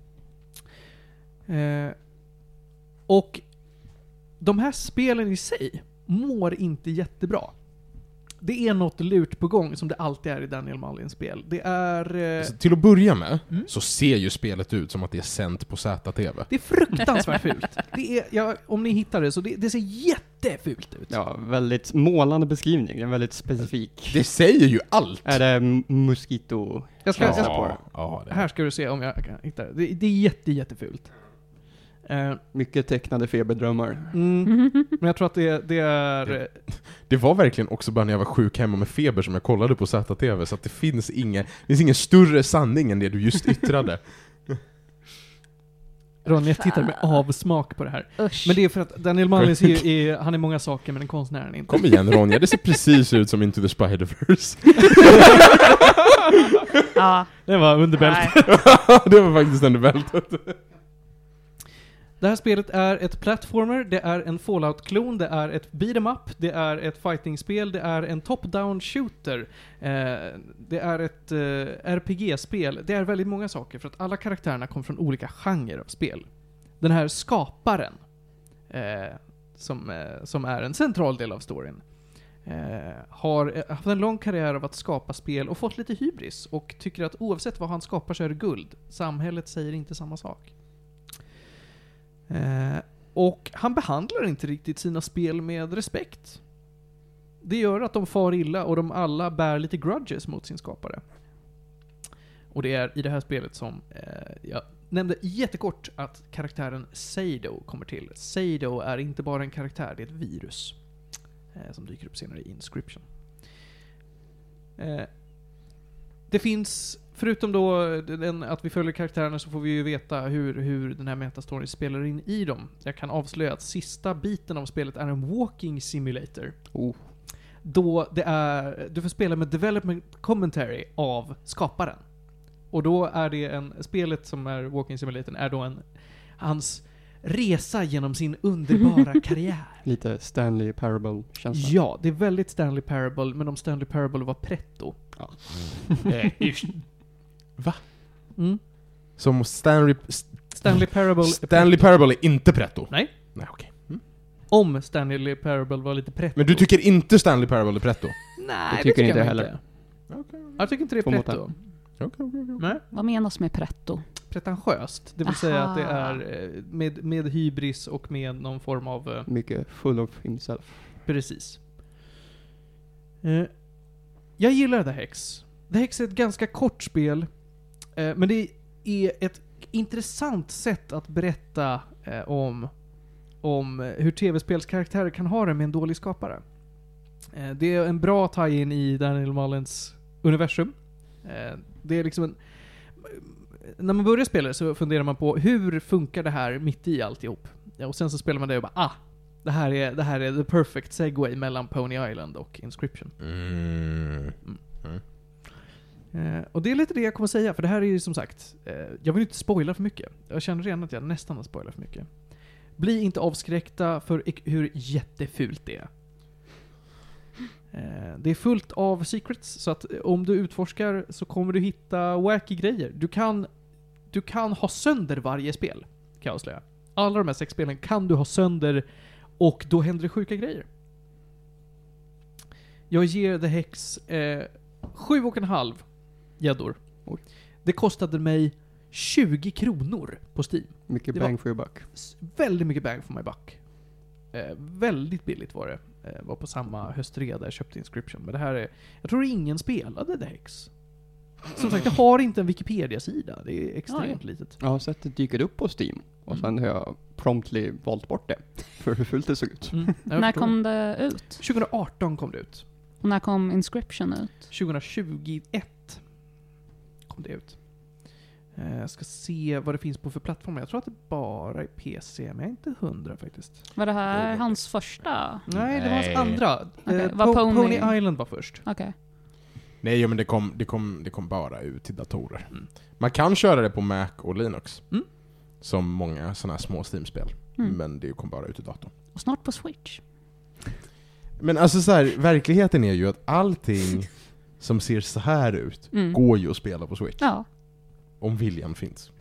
Eh, och de här spelen i sig mår inte jättebra. Det är något lurt på gång som det alltid är i Daniel Mullins spel. Det är... Eh, Alltså, till att börja med Mm. så ser ju spelet ut som att det är sänt på Z T V. det är fruktansvärt fult. Det är, ja, om ni hittar det så det, det ser jättefult ut. Ja, väldigt målande beskrivning. Den är väldigt specifik. Det säger ju allt! Är det m- mosquito? Jag ska, Ja. jag, ja, ja, det här ska du se om jag kan hitta det. Det, det är jätte, jättefult. Eh, Mycket tecknade feberdrömmar. mm, men jag tror att det, det är... Det var verkligen också bara när jag var sjuk hemma med feber som jag kollade på Z T V, så att det finns ingen, det finns ingen större sanning än det du just yttrade. Ronja tittar med avsmak på det här. Usch. Men det är för att Daniel Mullins är, är, han är många saker men en konstnär är han inte. Kom igen Ronja, det ser precis ut som Into the Spider-Verse. Ja. Det var under bältet. Nej. Det var faktiskt under bältet. Det här spelet är ett platformer, det är en Fallout-klon, det är ett beat'em up, det är ett fighting-spel, det är en top-down shooter, eh, det är ett eh, R P G-spel, det är väldigt många saker för att alla karaktärerna kommer från olika genrer av spel. Den här skaparen, eh, som, eh, som är en central del av storyn, eh, har eh, haft en lång karriär av att skapa spel och fått lite hybris och tycker att oavsett vad han skapar så är det guld. Samhället säger inte samma sak. Eh, och han behandlar inte riktigt sina spel med respekt. Det gör att de far illa och de alla bär lite grudges mot sin skapare. Och det är i det här spelet som eh, jag nämnde jättekort att karaktären Sado kommer till. Sado är inte bara en karaktär, det är ett virus eh, som dyker upp senare i Inscription. Eh, det finns, förutom då den, att vi följer karaktärerna, så får vi ju veta hur, hur den här metastoryn spelar in i dem. Jag kan avslöja att sista biten av spelet är en walking simulator. Oh. Då det är, du får spela med development commentary av skaparen. Och då är det en, spelet som är walking simulator är då en, hans resa genom sin underbara karriär. Lite Stanley Parable-känsla. Ja, det är väldigt Stanley Parable, men om Stanley Parable var pretto. Ja. Va? Mm. Som Stanley... Stanley Parable Stanley Parable är inte pretto? Nej. Nej, okej. Mm. Om Stanley Parable var lite pretto. Men du tycker inte Stanley Parable är pretto? Nej, Det tycker jag inte nog heller. Jag tycker inte det är Två mot pretto. Okej, okej, okej. Nej, Vad menas med pretto? pretentiöst. Det vill säga att det Aha. är eh, med, med hybris och med någon form av... eh, Mycket full of himself. Precis. Eh, jag gillar The Hex. The Hex är ett ganska kort spel, eh, men det är ett intressant sätt att berätta eh, om, om hur tv-spelskaraktärer kan ha det med en dålig skapare. Eh, det är en bra tie-in i Daniel Mullins universum. Eh, det är liksom en... När man börjar spela så funderar man på hur funkar det här mitt i alltihop. Ja, och sen så spelar man det och bara, ah, det här är, det här är the perfect segway mellan Pony Island och Inscription. Mm. Eh, och det är lite det jag kommer säga, för det här är ju som sagt, eh, jag vill inte spoila för mycket. Jag känner redan att jag nästan har spoilat för mycket. Bli inte avskräckta för ek- hur jättefult det är. Eh, det är fullt av secrets, så att om du utforskar så kommer du hitta wacky grejer. Du kan, du kan ha sönder varje spel, kan jag avslöja. Alla de här sex spelen kan du ha sönder och då händer det sjuka grejer. Jag ger The Hex eh, sju och en halv gäddor. Det kostade mig tjugo kronor på Steam. Mycket Det bang var- for your buck. S- väldigt mycket bang for my buck. Eh, väldigt billigt var det. Eh, var på samma höstrea där jag köpte Inscription. Men det här är... Jag tror ingen spelade The Hex. Som sagt, jag har inte en Wikipedia-sida. Det är extremt litet. Jag har sett det dyka upp på Steam. Och sen har jag promptly valt bort det. För hur fullt det såg ut. Mm, jag När förstår. kom det ut? tjugo arton kom det ut. Och när kom Inscription ut? tjugohundratjugoett kom det ut. Eh, Jag ska se vad det finns på för plattformar. Jag tror att det bara är P C, men jag är inte hundra faktiskt. Var det här Jo. hans första? Nej, det var Nej. hans andra. Okej, Eh, var Po- Pony- Pony Island var först. Okej. Nej, men det kom, det, kom, det kom bara ut till datorer. Mm. Man kan köra det på Mac och Linux. Mm. Som många sådana här små Steam-spel. Mm. Men det kom bara ut till datorn. Och snart på Switch. Men alltså så här, verkligheten är ju att allting som ser så här ut Mm. går ju att spela på Switch. Ja. Om viljan finns.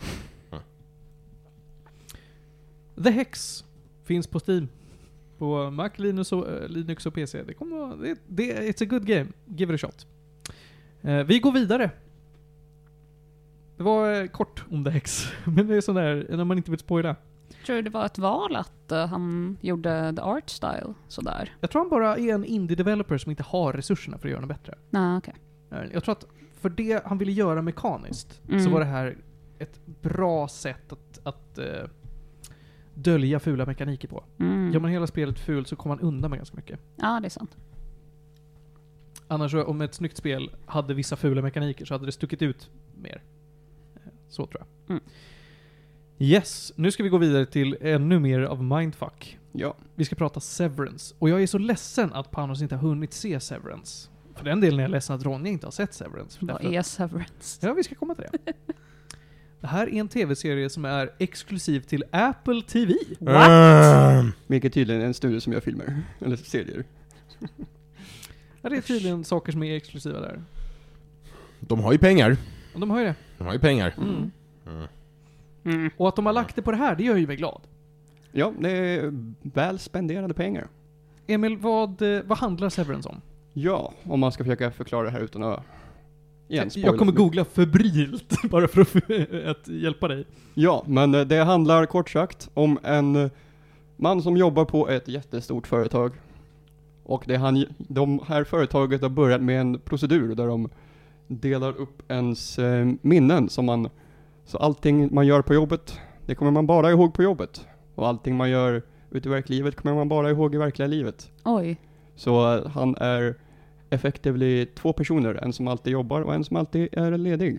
The Hex finns på Steam. På Mac, Linux och, eh, Linux och P C. Det kommer vara- det, det, it's a good game. Give it a shot. Eh, vi går vidare. Det var eh, kort om The Hex. Men det är sån där, när man inte vill spoila. Tror du det var ett val att eh, han gjorde the art style sådär? Jag tror han bara är en indie-developer som inte har resurserna för att göra något bättre. Nej, okej. Eh, Jag tror att för det han ville göra mekaniskt så Mm. var det här ett bra sätt att, att eh, dölja fula mekaniker på. Mm. Gör man hela spelet fult så kommer man undan med ganska mycket. Ja, det är sant. Annars så, om ett snyggt spel hade vissa fula mekaniker så hade det stuckit ut mer. Eh, Så tror jag. Mm. Yes, nu ska vi gå vidare till ännu mer av Mindfuck. Ja. Vi ska prata Severance. Och jag är så ledsen att Panos inte har hunnit se Severance. För den delen är jag ledsen att Ronja inte har sett Severance. För Vad därför- är Severance? Ja, vi ska komma till det. Det här är en tv-serie som är exklusiv till Apple T V. Mm. Vilket tydligen är en studio som gör filmer. Eller serier. Ja, det är tydligen saker som är exklusiva där. De har ju pengar. Och de har ju det. De har ju pengar. Mm. Mm. Mm. Och att de har lagt det på det här, det gör ju mig glad. Ja, det är väl spenderade pengar. Emil, vad, eh, vad handlar Severance om? Ja, om man ska försöka förklara det här utan att igen spoila Jag kommer för mycket. googla febrilt bara för att, att hjälpa dig. Ja, men eh, det handlar kort sagt om en eh, man som jobbar på ett jättestort företag. Och det han, de här företaget har börjat med en procedur där de delar upp ens eh, minnen som man, så allting man gör på jobbet, det kommer man bara ihåg på jobbet. Och allting man gör ute i verklivet kommer man bara ihåg i verkliga livet. Oj. Så eh, han är effektivt två personer, en som alltid jobbar och en som alltid är ledig.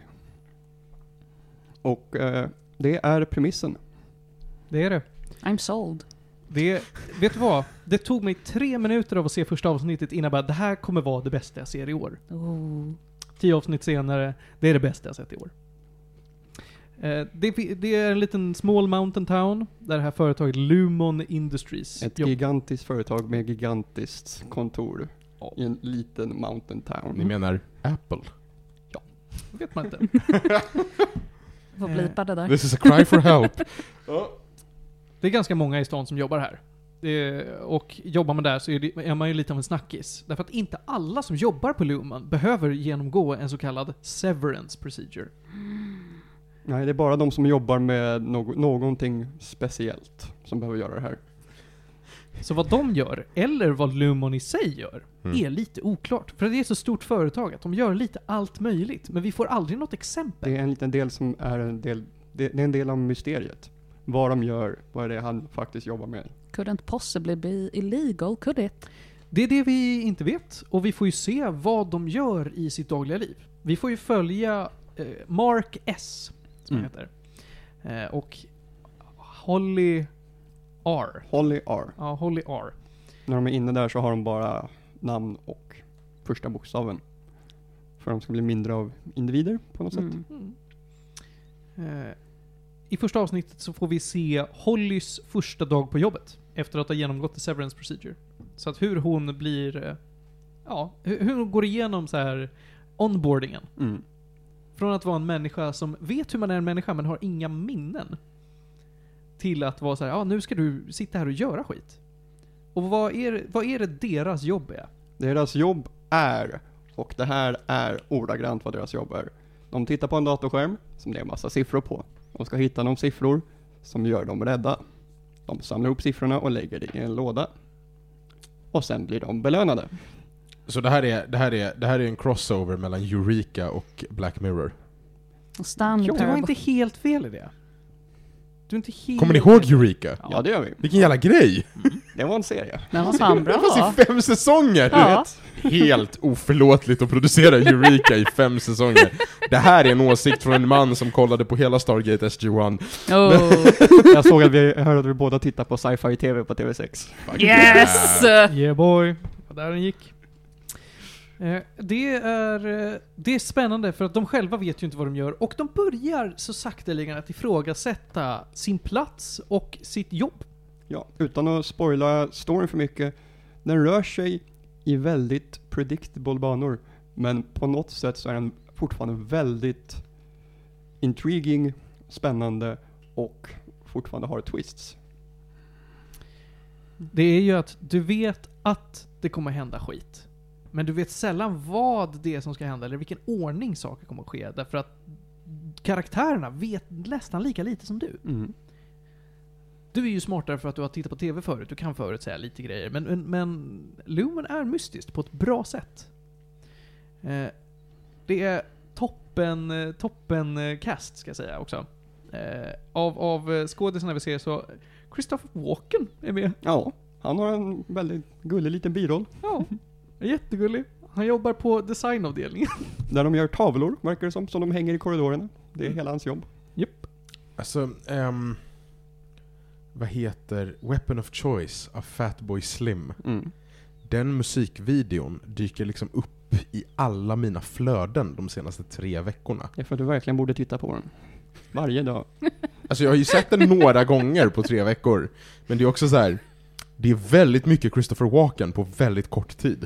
Och eh, det är premissen. Det är det. I'm sold. det. Vet du vad? Det tog mig tre minuter av att se första avsnittet innan jag bara, det här kommer vara det bästa jag ser i år. Oh. Tio avsnitt senare, det är det bästa jag sett i år. Eh, det, det är en liten small mountain town där det här företaget Lumon Industries Ett jobb- gigantiskt företag med gigantiskt kontor i en liten mountain town. Ni menar Apple? vet man inte. Får Eh. blipa det där. This is a cry for help. Det är ganska många i stan som jobbar här. Det, och jobbar man där så är, det, är man ju lite av en snackis. Därför att inte alla som jobbar på Lumon behöver genomgå en så kallad severance procedure. Nej, det är bara de som jobbar med no- någonting speciellt som behöver göra det här. Så vad de gör, eller vad Lumon i sig gör, Mm. är lite oklart. För det är så stort företag att de gör lite allt möjligt. Men vi får aldrig något exempel. Det är en liten del som är en del, det, det är en del av mysteriet. Vad de gör, vad är det han faktiskt jobbar med. Couldn't possibly be illegal, could it? Det är det vi inte vet. Och vi får ju se vad de gör i sitt dagliga liv. Vi får ju följa eh, Mark S. Som Mm. han heter. Eh, och Holly R. Holly R. Ja, Holly R. När de är inne där så har de bara namn och första bokstaven. För de ska bli mindre av individer på något sätt. Mm. Mm. Eh, I första avsnittet så får vi se Hollys första dag på jobbet. Efter att ha genomgått the severance procedure. Så att hur hon blir... Eh, ja, hur, hur hon går igenom så här onboardingen. Mm. Från att vara en människa som vet hur man är en människa men har inga minnen. Till att vara så här, ja nu ska du sitta här och göra skit. Och vad är, vad är det deras jobb är? Deras jobb är, och det här är ordagrant vad deras jobb är. De tittar på en datorskärm som det är en massa siffror på. De ska hitta de siffror som gör dem rädda. De samlar upp siffrorna och lägger det i en låda. Och sen blir de belönade. Så det här är, det här är, det här är en crossover mellan Eureka och Black Mirror. Och Stanley Du har Parable. inte helt fel i det. Du är inte helt... Kommer ni ihåg Eureka? Ja. Ja, det gör vi. Vilken jävla grej! Det var en serie. Den var fan bra. Det fanns i fem säsonger! Ja. Helt oförlåtligt att producera Eureka i fem säsonger. Det här är en åsikt från en man som kollade på hela Stargate S G ett. Oh. Jag såg att vi, jag hörde att vi båda tittar på sci-fi tv på T V sex. Yes! Yeah boy. Och där den gick. Eh, det, är, eh, det är spännande för att de själva vet ju inte vad de gör. Och de börjar så sakteligen att ifrågasätta sin plats och sitt jobb. Ja, utan att spoila storyn för mycket. Den rör sig i väldigt predictable banor. Men på något sätt så är den fortfarande väldigt intriguing, spännande och fortfarande har twists. Det är ju att du vet att det kommer hända skit. Men du vet sällan vad det är som ska hända eller vilken ordning saker kommer att ske. Därför att karaktärerna vet nästan lika lite som du. Mm. Du är ju smartare för att du har tittat på tv förut. Du kan förutsäga lite grejer. Men, men, men Lumen är mystiskt på ett bra sätt. Eh, det är toppen, eh, toppen eh, cast ska jag säga också. Eh, av av eh, skådisarna vi ser så Christopher Walken är med. Ja, han har en väldigt gullig liten biroll. Ja, jättegullig. Han jobbar på designavdelningen. Där de gör tavlor, verkar det som, som de hänger i korridorerna. Det är hela hans jobb. Japp. Alltså, ehm, vad heter Weapon of Choice av Fatboy Slim? Mm. Den musikvideon dyker liksom upp i alla mina flöden de senaste tre veckorna. Det är för att du verkligen borde titta på den. Varje dag. Alltså jag har ju sett den några gånger på tre veckor. Men det är också så här. Det är väldigt mycket Christopher Walken på väldigt kort tid.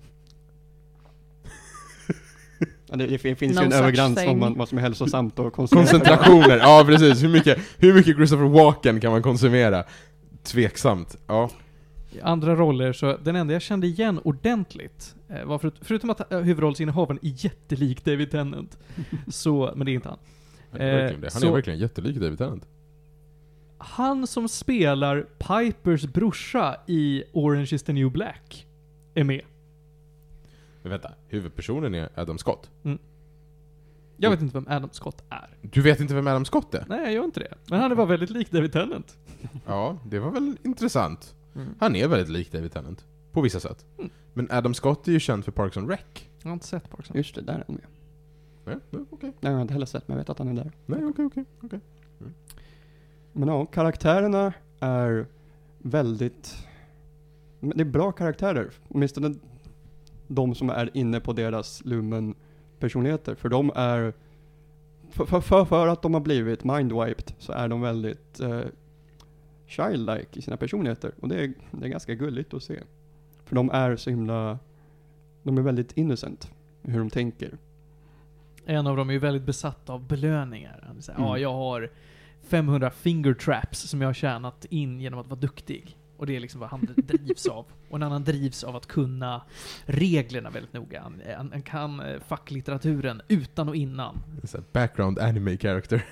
Ja, det, det finns No ju en such övergräns thing. om man, vad som är hälsosamt och konsumerat. Koncentrationer, ja precis. Hur mycket, hur mycket Christopher Walken kan man konsumera? Tveksamt, ja. I andra roller så den enda jag kände igen ordentligt eh, var förut, förutom att eh, huvudrollsinnehavaren är jättelik David Tennant. Så, men det är inte han. Han är verkligen, det. Han så- är verkligen jättelik David Tennant. Han som spelar Pipers brorsa i Orange is the New Black är med. Men vänta, huvudpersonen är Adam Scott. Jag vet inte vem Adam Scott är. Du vet inte vem Adam Scott är? Nej, jag gör inte det. Men han var väldigt lik David Tennant. Ja, det var väl intressant. Mm. Han är väldigt lik David Tennant. På vissa sätt. Mm. Men Adam Scott är ju känd för Parks and Rec. Jag har inte sett Parks and Rec. Just det, där är han med. Nej, nej, okej. Nej, jag har inte heller sett, men jag vet att han är där. Nej, okej, okej, okej. Men ja, karaktärerna är väldigt... men det är bra karaktärer. Åtminstone de som är inne på deras Lumen-personligheter. För de är... För, för, för, för att de har blivit mindwiped så är de väldigt eh, childlike i sina personligheter. Och det är, det är ganska gulligt att se. För de är så himla... De är väldigt innocent i hur de tänker. En av dem är ju väldigt besatt av belöningar. Han säger, Mm. ja, jag har femhundra finger traps som jag har tjänat in genom att vara duktig. Och det är liksom vad han drivs av. Och en annan drivs av att kunna reglerna väldigt noga. Han, han, han kan eh, facklitteraturen utan och innan. Det är så här background anime character.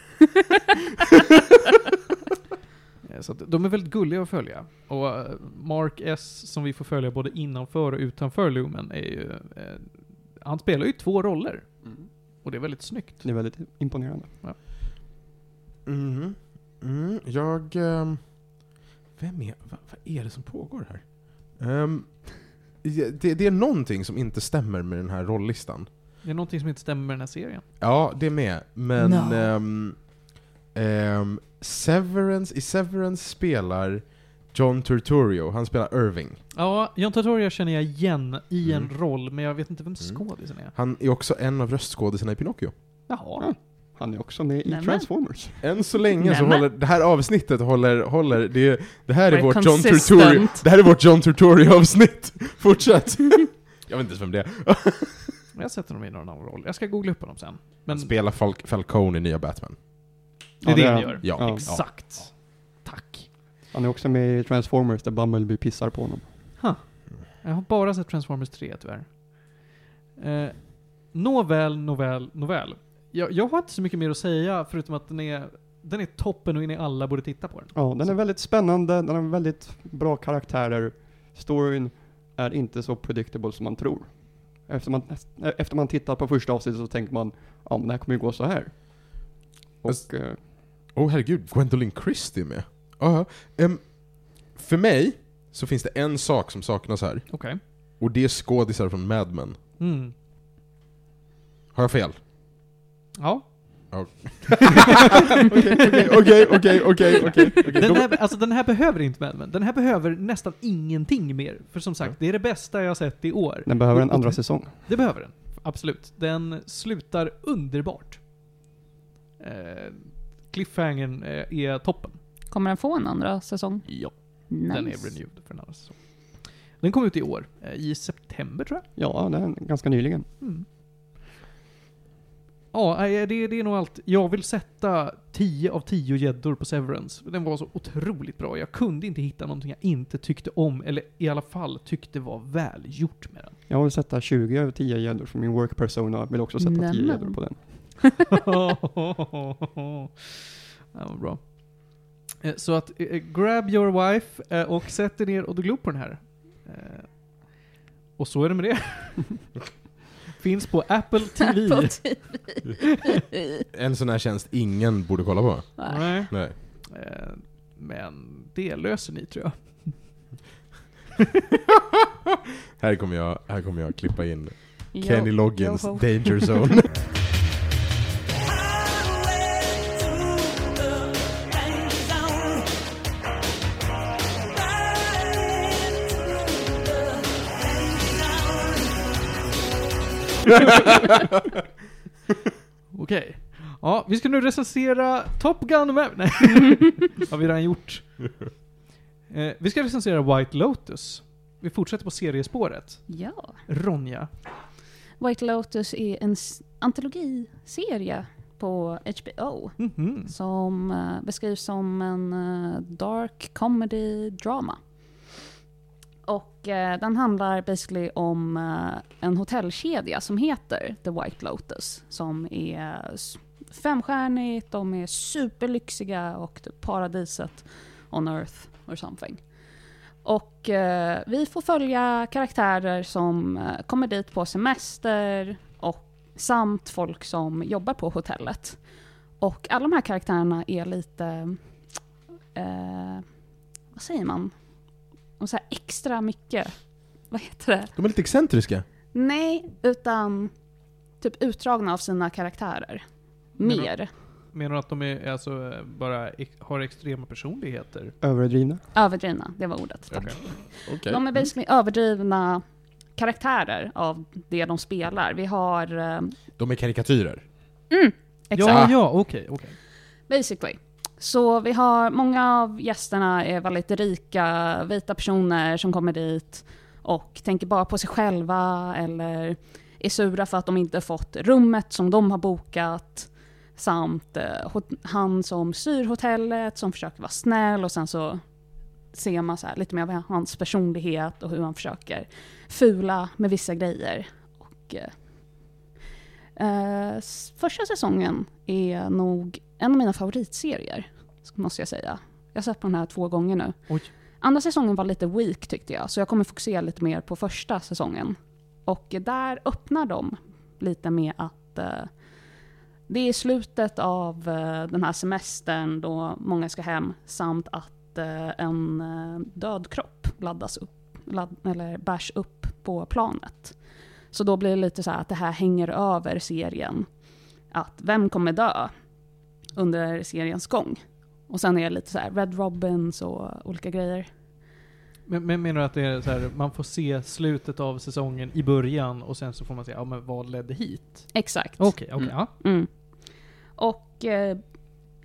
Eh, Så att de är väldigt gulliga att följa. Och eh, Mark S, som vi får följa både innanför och utanför Lumen, är ju... Eh, han spelar ju två roller. Och det är väldigt snyggt. Det är väldigt imponerande. Mm. Mm. Jag... ehm, vem är... Vad, vad är det som pågår här? Ehm, det, det är någonting som inte stämmer med den här rolllistan. Det är någonting som inte stämmer med den här serien. Ja, det är med. Men... No. ehm, ehm, Severance... I Severance spelar John Turturro. Han spelar Irving. Ja, John Turturro känner jag igen i en Mm. roll, men jag vet inte vem Mm. skådisen är. Han är också en av röstskådisarna i Pinocchio. Jaha. Ja. Han är också med i Nämen. Transformers. Än så länge så Nämen. håller det här avsnittet håller, håller det, det här är Very vårt John consistent. Turturro det här är vårt John Turturro avsnitt. Fortsätt. Jag vet inte ens vem det är. Jag sätter honom i någon annan roll. Jag ska googla upp honom sen. Men Han spelar Fal- Falcone i nya Batman. det är Ja, det det är han han. gör. Ja, Ja. Exakt. Tack. Han är också med i Transformers där Bumblebee pissar på honom. Jag har bara sett Transformers tre tyvärr. Eh, nåväl, nåväl, nåväl. Jag, jag har inte så mycket mer att säga förutom att den är, den är toppen och in i alla borde titta på den. Ja, den är väldigt spännande, den har väldigt bra karaktärer. Storyn är inte så predictable som man tror. Efter man, efter man tittar på första avsnittet så tänker man, ja men det här kommer ju gå så här. Och Fast- eh, Åh oh, herregud, Gwendolyn Christie är med. Ja, um, för mig så finns det en sak som saknas här. Okej. Och det är skådisar från Mad Men. Mm. Har jag fel? Ja. Okej, okej, okej, okej, okej. Den här, alltså den här behöver inte Mad Men. Den här behöver nästan ingenting mer. För som sagt, det är det bästa jag har sett i år. den behöver en Och- andra säsong. Det behöver den. Absolut. Den slutar underbart. Eh, cliffhangern eh, är toppen. Kommer den få en andra säsong? Ja. Nice. Den är renewed för en annan säsong. Den kom ut i år. eh, I september tror jag. Ja, den är ganska nyligen. Mm. Ja, eh, det, det är nog allt. Jag vill sätta tio av tio gäddor på Severance. Den var så otroligt bra. Jag kunde inte hitta någonting jag inte tyckte om. Eller i alla fall tyckte var välgjort med den. Jag vill sätta tjugo över tio gäddor för min work persona vill också sätta tio Nämen. gäddor på den. Ja, vad bra. Eh, Så att eh, grab your wife eh, och sätt er ner och glo på den här. Eh, Och så är det med det. Finns på Apple T V. Apple T V. En sån här tjänst ingen borde kolla på. Nej. Nej. Nej. Eh, Men det löser ni tror jag. Här kommer jag, här kommer jag klippa in Jo, Kenny Loggins jo, ho. Danger Zone. Okej. Ja, vi ska nu recensera Top Gun Maverick. Nej, har vi redan gjort. Eh, vi ska recensera White Lotus. Vi fortsätter på seriespåret. Ja. Ronja. White Lotus är en s- antologiserie på H B O Mhm. som eh, beskrivs som en eh, dark comedy drama. Och eh, den handlar basically om eh, en hotellkedja som heter The White Lotus som är s- femstjärnigt, de är superlyxiga och typ paradiset on earth or something. Och eh, vi får följa karaktärer som eh, kommer dit på semester och samt folk som jobbar på hotellet. Och alla de här karaktärerna är lite, eh, vad säger man? Och så här extra mycket, vad heter det? De är lite excentriska. Nej, utan typ utdragna av sina karaktärer. Men- Mer. Menar du att de är alltså eh, bara ex- har extrema personligheter? Överdrivna. Överdrivna, det var ordet. Tack. Okej. Okej. De är basically överdrivna karaktärer av det de spelar. Vi har... eh, De är karikatyrer. Exakt. Ja, ja, okej, okej. Basically. Så vi har, många av gästerna är väldigt rika, vita personer som kommer dit och tänker bara på sig själva eller är sura för att de inte fått rummet som de har bokat. Samt eh, hot- han som styr hotellet som försöker vara snäll och sen så ser man så här lite mer av hans personlighet och hur han försöker fula med vissa grejer. Och, eh, eh, s- första säsongen är nog en av mina favoritserier, måste jag säga. Jag har sett på den här två gånger nu. Oj. Andra säsongen var lite weak tyckte jag, så jag kommer fokusera lite mer på första säsongen. Och där öppnar de lite med att eh, det är slutet av eh, den här semestern då många ska hem, samt att eh, en eh, död kropp laddas upp, ladd, eller bärs upp på planet. Så då blir det lite så här att det här hänger över serien. Att vem kommer dö under seriens gång? Och sen är det lite så här Red Robins och olika grejer. Men, men menar du att det är så här, man får se slutet av säsongen i början och sen så får man se, ja men vad ledde hit? Exakt. Okej, okej, Mm. ja. Mm. Och eh,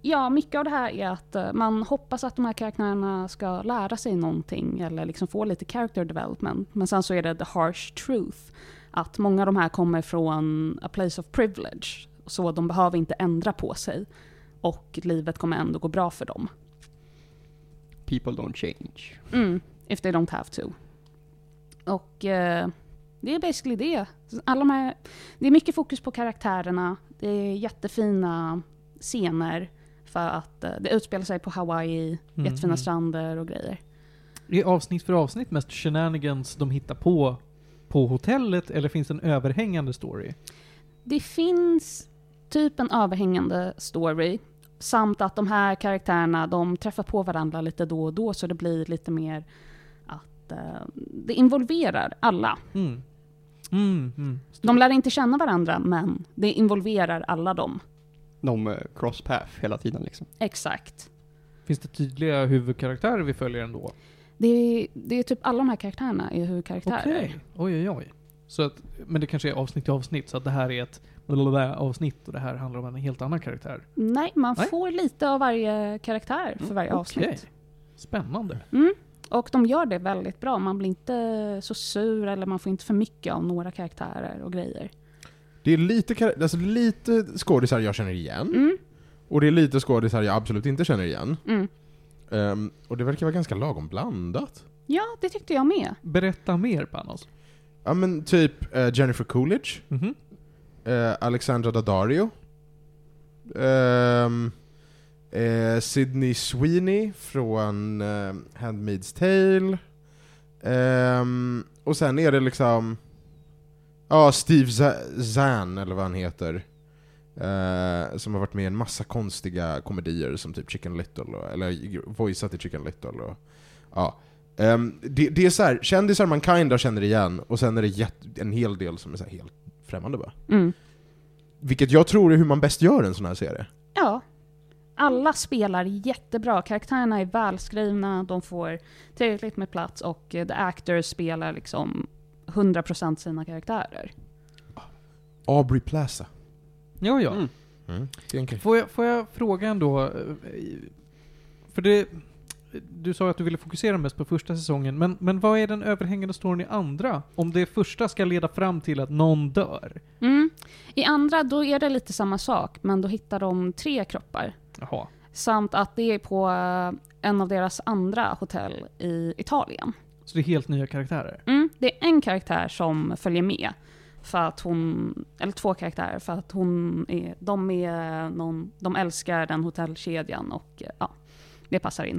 Ja, mycket av det här är att uh, man hoppas att de här karaktärerna ska lära sig någonting eller liksom få lite character development. Men sen så är det the harsh truth. Att många av de här kommer från a place of privilege. Så de behöver inte ändra på sig. Och livet kommer ändå gå bra för dem. People don't change. Mm, if they don't have to. Och uh, det är basically det. Alla de här, det är mycket fokus på karaktärerna. Det är jättefina scener. För att uh, det utspelar sig på Hawaii. Mm, Jättefina mm. stränder och grejer. Är avsnitt för avsnitt mest shenanigans de hittar på på hotellet, eller finns det en överhängande story? Det finns typ en överhängande story. Samt att de här karaktärerna, de träffar på varandra lite då och då. Så det blir lite mer att uh, det involverar alla. Mm. Mm, mm. De lär inte känna varandra, men det involverar alla dem. De uh, cross path hela tiden liksom. Exakt. Finns det tydliga huvudkaraktärer vi följer ändå? Det är, det är typ alla de här karaktärerna är huvudkaraktärer. Okej. Oj, oj, oj. Så att, men det kanske är avsnitt till avsnitt, så att det här är ett blablabla avsnitt och det här handlar om en helt annan karaktär. Nej, man Nej. får lite av varje karaktär för varje Okej. avsnitt. Spännande. Mm. Och de gör det väldigt bra. Man blir inte så sur eller man får inte för mycket av några karaktärer och grejer. Det är lite, kar- alltså lite skådisar jag känner igen. Mm. Och det är lite skådisar jag absolut inte känner igen. Mm. Um, och det verkar vara ganska lagom blandat. Ja, det tyckte jag med. Berätta mer, Panos. Ja men typ uh, Jennifer Coolidge, Mhm. uh, Alexandra Daddario, um, uh, Sydney Sweeney från uh, Handmaid's Tale, um, och sen är det liksom ja, Steve Z- Zahn eller vad han heter, uh, som har varit med i en massa konstiga komedier som typ Chicken Little och, eller voiceat i Chicken Little och, ja. Um, det, det är så här, kändisar man kinda känner igen och sen är det jätt, en hel del som är så här helt främmande bara. Mm. Vilket jag tror är hur man bäst gör en sån här serie. Ja. Alla spelar jättebra. Karaktärerna är välskrivna. De får tillräckligt med plats. Och eh, the actors spelar liksom hundra procent sina karaktärer. Aubrey Plaza. Ja, ja. Mm. Mm. Det är en kul. Får jag, får jag fråga ändå, eh, för det, du sa att du ville fokusera mest på första säsongen, men, men vad är den överhängande storyn i andra? Om det första ska leda fram till att någon dör? Mm. I andra då är det lite samma sak. Men då hittar de tre kroppar. Jaha. Samt att det är på eh, en av deras andra hotell i Italien. Så det är helt nya karaktärer? Mm. Det är en karaktär som följer med. För att hon, eller två karaktärer, för att hon är, de är någon, de älskar den hotellkedjan och eh, ja, det passar in.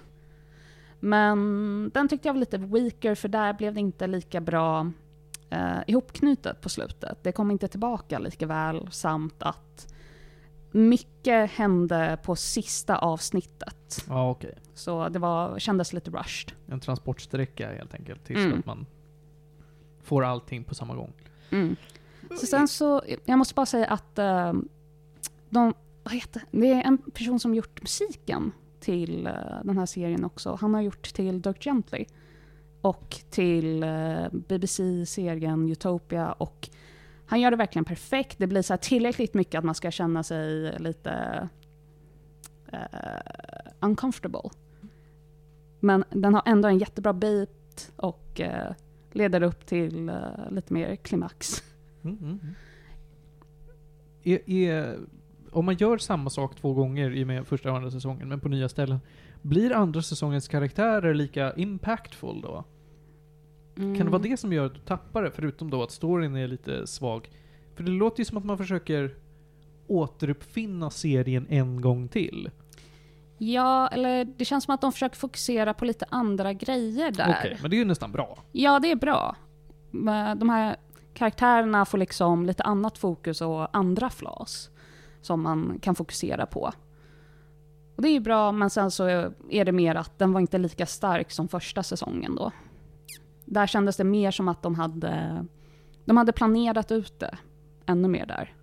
Men den tyckte jag var lite weaker, för där blev det inte lika bra eh, ihopknutet på slutet. Det kom inte tillbaka lika väl, samt att mycket hände på sista avsnittet. Ja, okej. Så det var, kändes lite rushed. En transportsträcka helt enkelt, tills Mm. att man får allting på samma gång. Mm. Så sen så, jag måste bara säga att eh, de, vad heter, det är en person som gjort musiken till uh, den här serien också. Han har gjort till Dirk Gently och till uh, B B C-serien Utopia, och han gör det verkligen perfekt. Det blir så här tillräckligt mycket att man ska känna sig lite uh, uncomfortable. Men den har ändå en jättebra beat och uh, leder upp till uh, lite mer klimax. Mm, mm, mm. Är, är, om man gör samma sak två gånger i med första och andra säsongen, men på nya ställen, blir andra säsongens karaktärer lika impactful då? Mm. Kan det vara det som gör att du tappar det, förutom då att storyn är lite svag? För det låter ju som att man försöker återuppfinna serien en gång till. Ja, eller det känns som att de försöker fokusera på lite andra grejer där. Okej, men det är ju nästan bra. Ja, det är bra. Men de här karaktärerna får liksom lite annat fokus och andra flas som man kan fokusera på. Och det är ju bra, men sen så är det mer att den var inte lika stark som första säsongen då. Där kändes det mer som att de hade, de hade planerat ut det ännu mer där.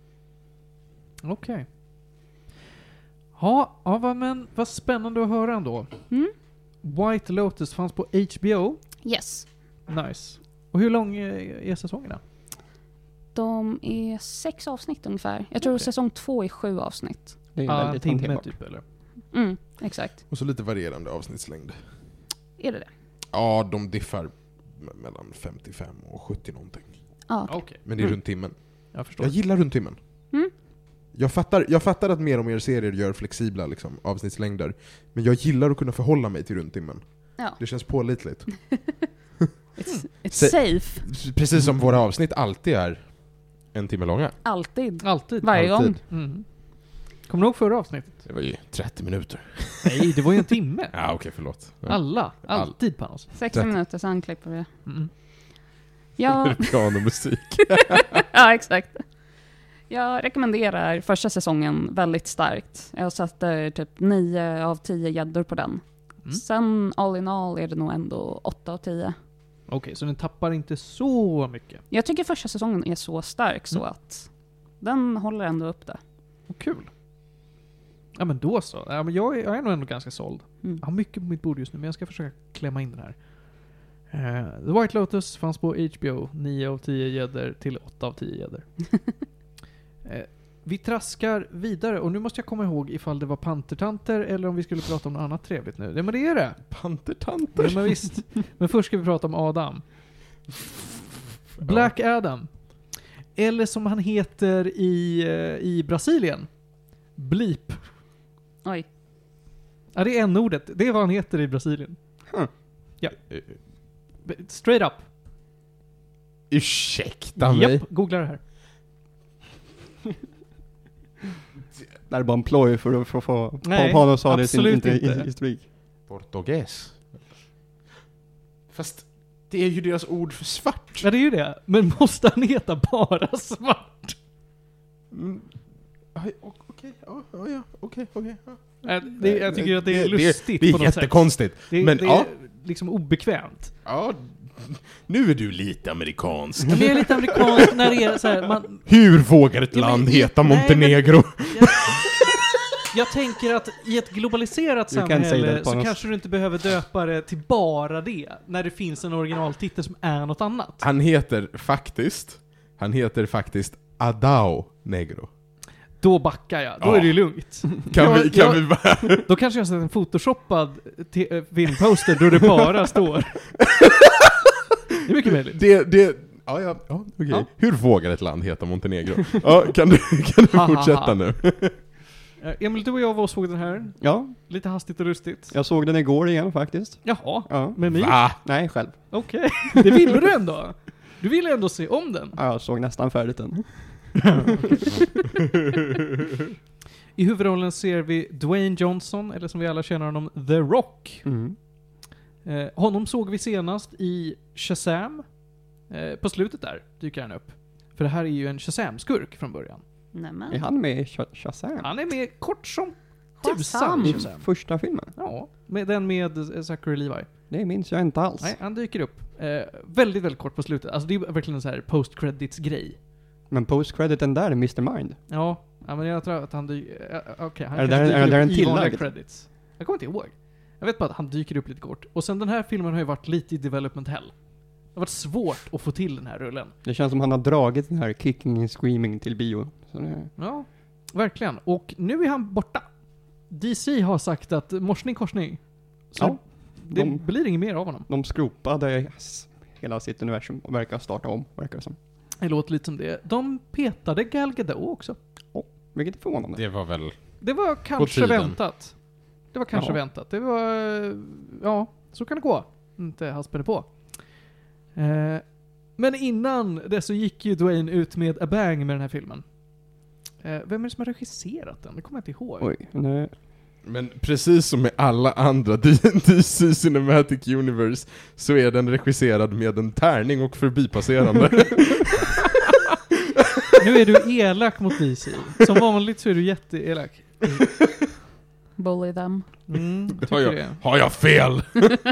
Okej. Ja, ja vad, men vad spännande att höra ändå. Mm? White Lotus fanns på H B O. Yes. Nice. Och hur lång är, är säsongerna? De är sex avsnitt ungefär. Jag tror Okej. säsong två är sju avsnitt. Det är Ja, en väldigt timme hanterbart. typ eller? Mm, exakt. Och så lite varierande avsnittslängd. Är det det? Ja, de diffar me- mellan femtiofem och sjuttio någonting. Ja, okej. Okej, Men det är Mm. runt timmen. jag förstår. Jag gillar runt timmen. Mm. Jag fattar, jag fattar att mer och mer serier gör flexibla liksom, avsnittslängder. Men jag gillar att kunna förhålla mig till runt timmen. Ja. Det känns pålitligt. It's, it's Se- safe. Precis som våra avsnitt alltid är en timme långa. Alltid. Alltid. Varje Alltid. gång. Mm. Kommer du ihåg förra avsnittet? Det var ju trettio minuter. Nej, det var ju en timme. Ja, okej, okay, förlåt. Ja. Alla, alltid Panos. sextio minuter, sen klipper vi. Mm. Ja, Pianomusik. ja, exakt. Jag rekommenderar första säsongen väldigt starkt. Jag satte typ nio av tio gäddor på den. Mm. Sen all in all är det nog ändå åtta av tio. Okej, så den tappar inte så mycket. Jag tycker första säsongen är så stark så Mm. att den håller ändå upp det. Och kul. Ja men då så. Ja, men jag, är, jag är nog ändå ganska såld. Mm. Jag har mycket på mitt bord just nu, men jag ska försöka klämma in den här. Uh, The White Lotus fanns på H B O. nio av tio gäddor till åtta av tio gäddor. uh, vi traskar vidare, och nu måste jag komma ihåg ifall det var pantertanter eller om vi skulle prata om något annat trevligt nu. Ja men det är det. Pantertanter. Ja, men visst. Men först ska vi prata om Adam. Black Adam. Eller som han heter i, uh, i Brasilien. Bleep. Oj. Ja, det är n-ordet. Det är vad han heter i Brasilien. Huh. Ja. Straight up. Ursäkta mig. Japp, googla det här. Det är bara en ploj för att få få Nej, Panos ha det i sin absolut inte- inte. i- historik. Portugis. Fast det är ju deras ord för svart. Ja, det är ju det. Men måste han heta bara svart? Mm. Aj, o- Okej, ja, ja, ja, okej, okej. ja. Äh, det, jag tycker att det är det, lustigt det är på något sätt. jättekonstigt. Det, Men det är ja. liksom obekvämt. Ja, nu är du lite amerikansk. Men det är lite amerikanskt när det är så här, man, Hur vågar ett Ja, men- land heta nej, Montenegro? jag, jag tänker att i ett globaliserat You can say samhälle that, så Panos. kanske du inte behöver döpa det till bara det, när det finns en originaltitel som är något annat. Han heter faktiskt, han heter faktiskt Adao Negro. Då backar jag, då Ja. är det ju lugnt. Kan Ja, vi, kan ja. vi bara... Då kanske jag har sett en photoshoppad t- äh, filmposter då det bara står. Det är mycket möjligt. Det, det, ja, ja, ja okej. Ja. Hur vågar ett land heta Montenegro? Ja, kan du, kan du Ha, ha, fortsätta ha. nu? Eh, Emil, du och jag var och såg den här. Ja, Lite hastigt och lustigt. jag såg den igår igen faktiskt. Jaha, Ja. med mig? Va? Nej, själv. Okej, det ville du ändå. Du ville ändå se om den. Ja, jag såg nästan färdigt den. I huvudrollen ser vi Dwayne Johnson, eller som vi alla känner honom, The Rock. Mm. Eh, honom såg vi senast i Shazam. Eh, på slutet där dyker han upp. För det här är ju en Shazam-skurk från början. Nämen. Är han med i Sh- Shazam? Han är med kort som Shazam. tusan i I Shazam. första filmen? Ja, med den med eh, Zachary Levi. Det minns jag inte alls. Nej, han dyker upp. Eh, väldigt, väldigt kort på slutet. Alltså det är verkligen en så här post-credits-grej. Men post-crediten där är mister Mind. Ja, ja, men jag tror att han dyker... Uh, Okej, han Är det kanske där- är det dyker där upp en i vanliga tillägg? credits. Jag kommer inte ihåg. Jag vet bara att han dyker upp lite kort. Och sen den här filmen har ju varit lite i development hell. Det har varit svårt att få till den här rullen. Det känns som han har dragit den här kicking and screaming till bio. Så det... Ja, verkligen. Och nu är han borta. D C har sagt att morsning korsning. Så Ja, det de- blir inget mer av honom. De skropade yes, hela sitt universum och verkar starta om, verkar det som. Det låter lite som det. De petade Gal Gadot också. Vilket är förvånande. Det var väl... Det var kanske tiden. väntat. Det var kanske Ja. väntat. Det var... eh, Ja, så kan det gå. Inte haspade på. Eh, men innan det så gick ju Dwayne ut med a bang med den här filmen. Eh, vem är det som har regisserat den? Det kommer jag inte ihåg. Oj, nej. Men precis som med alla andra D C Cinematic Universe så är den regisserad med en tärning och förbipasserande. Nu är du elak mot D C. Som vanligt så är du jätteelak. Bully them. Mm, har, tycker jag, det. har jag fel?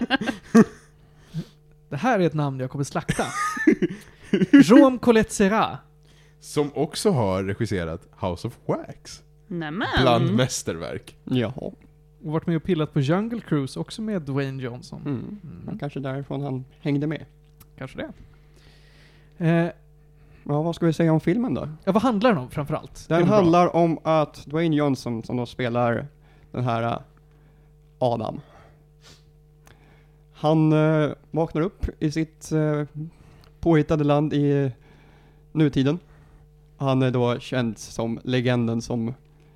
Det här är ett namn jag kommer slakta. Jaume Colette Serra. Som också har regisserat House of Wax. Nämen. Bland mästerverk. Jaha. Och varit med och pillat på Jungle Cruise också med Dwayne Johnson. Mm. Mm. Kanske därifrån han hängde med. Kanske det. Eh, Ja, vad ska vi säga om filmen då? Ja, vad handlar den om framförallt? Den handlar om att Dwayne Johnson, som då spelar den här uh, Adam, han uh, vaknar upp i sitt uh, påhittade land i uh, nutiden. Han är då känd som legenden, som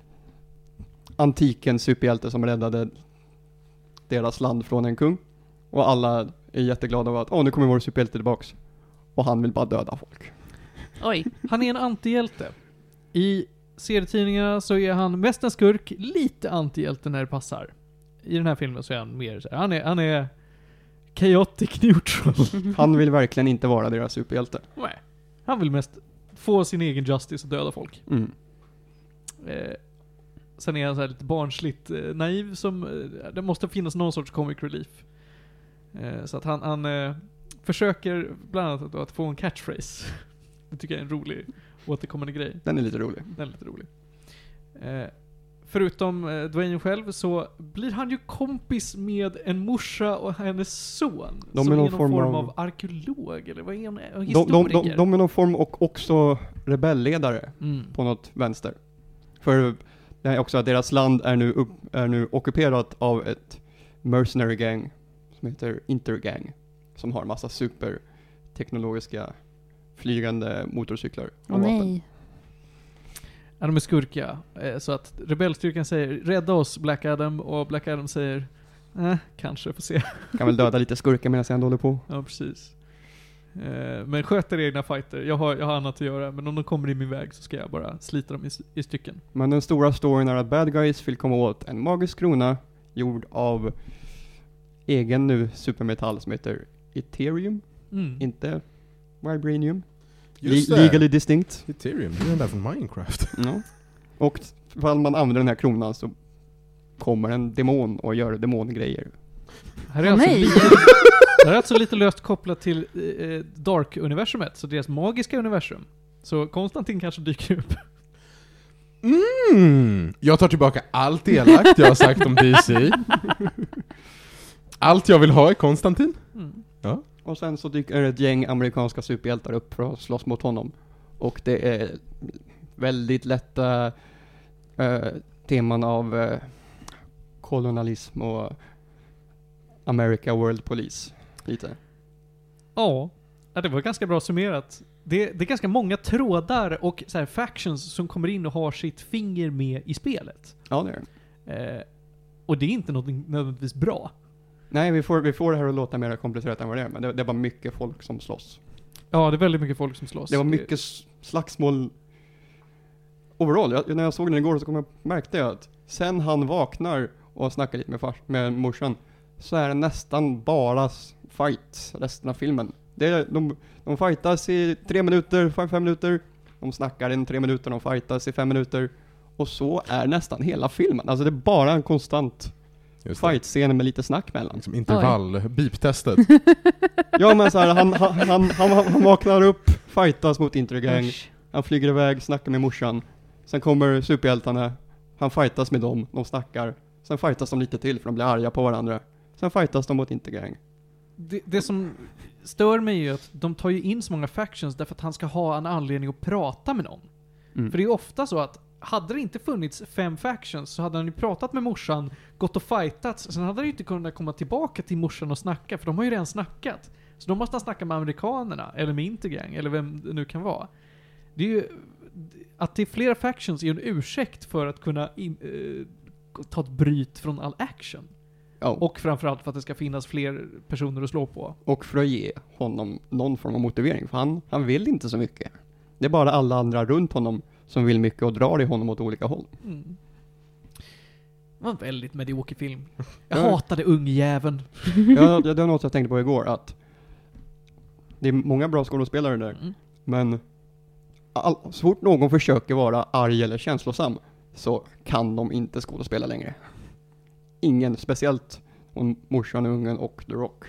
antikens superhjälte som räddade deras land från en kung. Och alla är jätteglada över att åh, nu kommer vår superhjälte tillbaks. Och han vill bara döda folk. Oj. Han är en antihjälte. I serietidningarna så är han mest en skurk, lite antihjälte när det passar. I den här filmen så är han mer så här, han är, han är chaotic neutral. Han vill verkligen inte vara deras superhjälte. Nej. Han vill mest få sin egen justice och döda folk. Mm. Eh, sen är han så här lite barnsligt eh, naiv som, eh, det måste finnas någon sorts comic relief. Eh, så att han, han eh, försöker bland annat då, att få en catchphrase. Det tycker jag är en rolig återkommande grej. Den är lite rolig. Den är lite rolig. Eh, förutom eh, Dwayne själv så blir han ju kompis med en morsa och hennes son. De som är är någon någon form form av- av arkeolog eller vad är han? De, Historiker? de, de, de är någon form och också rebellledare mm. på något vänster. För det är också att deras land är nu, upp, är nu ockuperat av ett mercenary gang som heter Intergang, som har massa superteknologiska flygande motorcyklar och Åh vapen. nej. Ja, de är skurka. Eh, så att rebellstyrkan säger rädda oss Black Adam och Black Adam säger eh, kanske, får se. Kan väl döda lite skurkar medan jag ändå håller på. Ja, precis. Eh, men sköter egna fighter. Jag har, jag har annat att göra, men om de kommer i min väg så ska jag bara slita dem i, i stycken. Men den stora storyn är att bad guys vill komma åt en magisk krona gjord av egen nu supermetall som heter Ethereum, Mm. inte Vibranium. Just Le- det. legally distinct. Ethereum, det är den där från Minecraft. Ja. Och ifall man använder den här kronan så kommer en demon och gör demongrejer. Här är, Åh, alltså nej. lite, det här är alltså lite löst kopplat till eh, Dark-universumet, så deras magiska universum. Så Konstantin kanske dyker upp. Mm. Jag tar tillbaka allt elakt jag har sagt om D C. Allt jag vill ha är Konstantin. Mm. Ja. Och sen så dyker ett gäng amerikanska superhjältar upp för att slåss mot honom. Och det är väldigt lätta eh, teman av eh, kolonialism och America World Police. Lite. Ja, ja, det var ganska bra summerat. Det, det är ganska många trådar och så här factions som kommer in och har sitt finger med i spelet. Ja, det är det. Eh, och det är inte något nödvändigtvis bra. Nej, vi får, vi får det här att låta mer komplicerat än vad det är. Men det, det är bara mycket folk som slåss. Ja, det är väldigt mycket folk som slåss. Det var mycket s- slagsmål overall. Jag, när jag såg den igår så kom jag, märkte jag att sen han vaknar och snackar lite med, fars, med morsan så är det nästan bara s- fights resten av filmen. Det är, de, de fightas i tre minuter, fem, fem minuter. De snackar i tre minuter, de fightas i fem minuter. Och så är nästan hela filmen. Alltså det är bara en konstant Just det. fight-scen med lite snack mellan. Liksom intervall, beep-testet. Ja, men så här, han, han, han, han, han vaknar upp, fightas mot Intergang. Usch. Han flyger iväg, snackar med morsan. Sen kommer superhjältarna. Han fightas med dem, de snackar. Sen fightas de lite till för de blir arga på varandra. Sen fightas de mot Intergang. Det, det som stör mig är ju att de tar ju in så många factions därför att han ska ha en anledning att prata med någon. Mm. För det är ju ofta så att hade det inte funnits fem factions så hade han ju pratat med morsan, gått och fightats. Sen hade han ju inte kunnat komma tillbaka till morsan och snacka, för de har ju redan snackat. Så då måste han snacka med amerikanerna, eller med Intergang, eller vem det nu kan vara. Det är ju, att det är flera factions är ju en ursäkt för att kunna in, eh, ta ett bryt från all action. Ja. Och framförallt för att det ska finnas fler personer att slå på. Och för att ge honom någon form av motivering. För han, han vill inte så mycket. Det är bara alla andra runt honom som vill mycket och drar i honom åt olika håll. Mm. Det var en väldigt medioker film. Jag Ja. hatade ungjäveln. Ja, det var något jag tänkte på igår. Att det är många bra skådespelare där. Mm. Men all, så fort någon försöker vara arg eller känslosam så kan de inte skådespela längre. Ingen, speciellt om morsan, ungen och The Rock.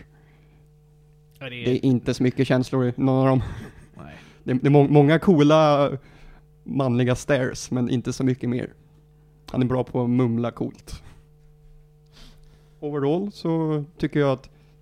Ja, det är... Det är inte så mycket känslor i någon av dem. Nej. Det, det är må- många coola manliga stares, men inte så mycket mer. Han är bra på att mumla coolt. Overall så tycker jag att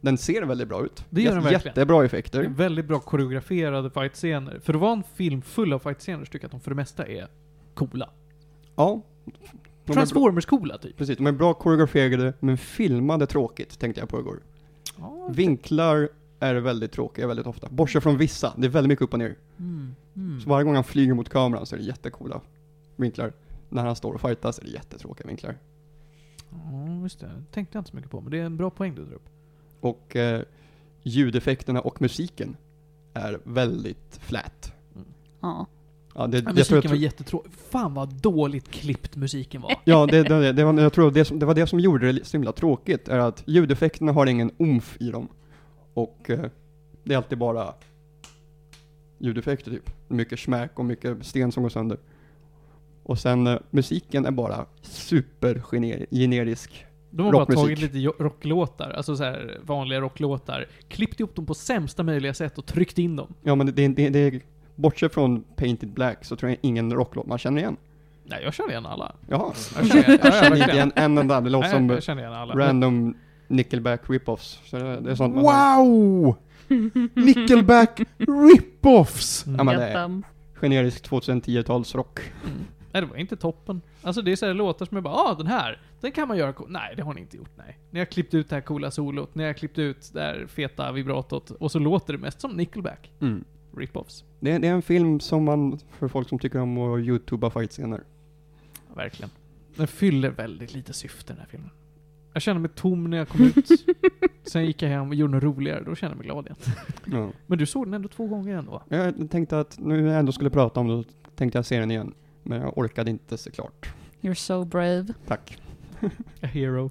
Den ser väldigt bra ut. Det gör den verkligen. Jättebra Det är effekter. väldigt bra koreograferade fightscener. För att vara en film full av fightscener så tycker jag att de för det mesta är coola. Ja. De är bra- Transformers-coola typ. Precis, de är bra koreograferade men filmade tråkigt, tänkte jag på igår. Ja, Vinklar är väldigt tråkiga väldigt ofta. Bortsett från vissa, det är väldigt mycket upp och ner. mm, mm. Så varje gång han flyger mot kameran så är det jättecoola vinklar. När han står och fightas är det jättetråkiga vinklar. Ja, just det. Det tänkte jag inte så mycket på, men det är en bra poäng du drar upp. Och eh, ljudeffekterna och musiken är väldigt flat. Ja. Ja, det, Ja, jag musiken tror, var jättetråkig. Fan vad dåligt klippt musiken var. ja, det, det, det, var, jag tror det, som, det var det som gjorde det så himla tråkigt, är att ljudeffekterna har ingen umf i dem. Och eh, det är alltid bara ljudeffekter typ. Mycket smäck och mycket sten som går sönder. Och sen eh, musiken är bara supergenerisk. De har bara rockmusik. tagit lite jo- rocklåtar, alltså så här vanliga rocklåtar, klippt ihop dem på sämsta möjliga sätt och tryckt in dem. Ja, men det, det, det är, bortsett från Painted Black så tror jag ingen rocklåt man känner igen. Nej, jag känner igen alla. Jaha, Jag känner, igen, jag känner inte verkligen. igen en enda. Det låter Nej, som jag känner igen alla. random Nickelback rip-offs. Så det, det är sånt man Wow! Nickelback rip-offs! Mm. Ja, men det Get är them. generisk tjugohundratio-talsrock. Mm. Nej, det var inte toppen. Alltså det är så här låtar som är bara, ah den här, den kan man göra cool. Nej, det har ni inte gjort, nej. Ni har klippt ut det här coola solot, ni har klippt ut det här feta vibratot, och så låter det mest som Nickelback. Mm. Rip-offs. Det, är- det är en film som man, för folk som tycker om att YouTuba fightscener. Ja, verkligen. Den fyller väldigt lite syfte, den här filmen. Jag kände mig tom när jag kom ut. Sen gick jag hem och gjorde något roligare, då kände jag mig glad igen. Ja. Men du såg den ändå två gånger ändå. Jag tänkte att nu när jag ändå skulle prata om det, tänkte jag se den igen. Men jag orkade inte se klart. You're so brave. Tack. A hero.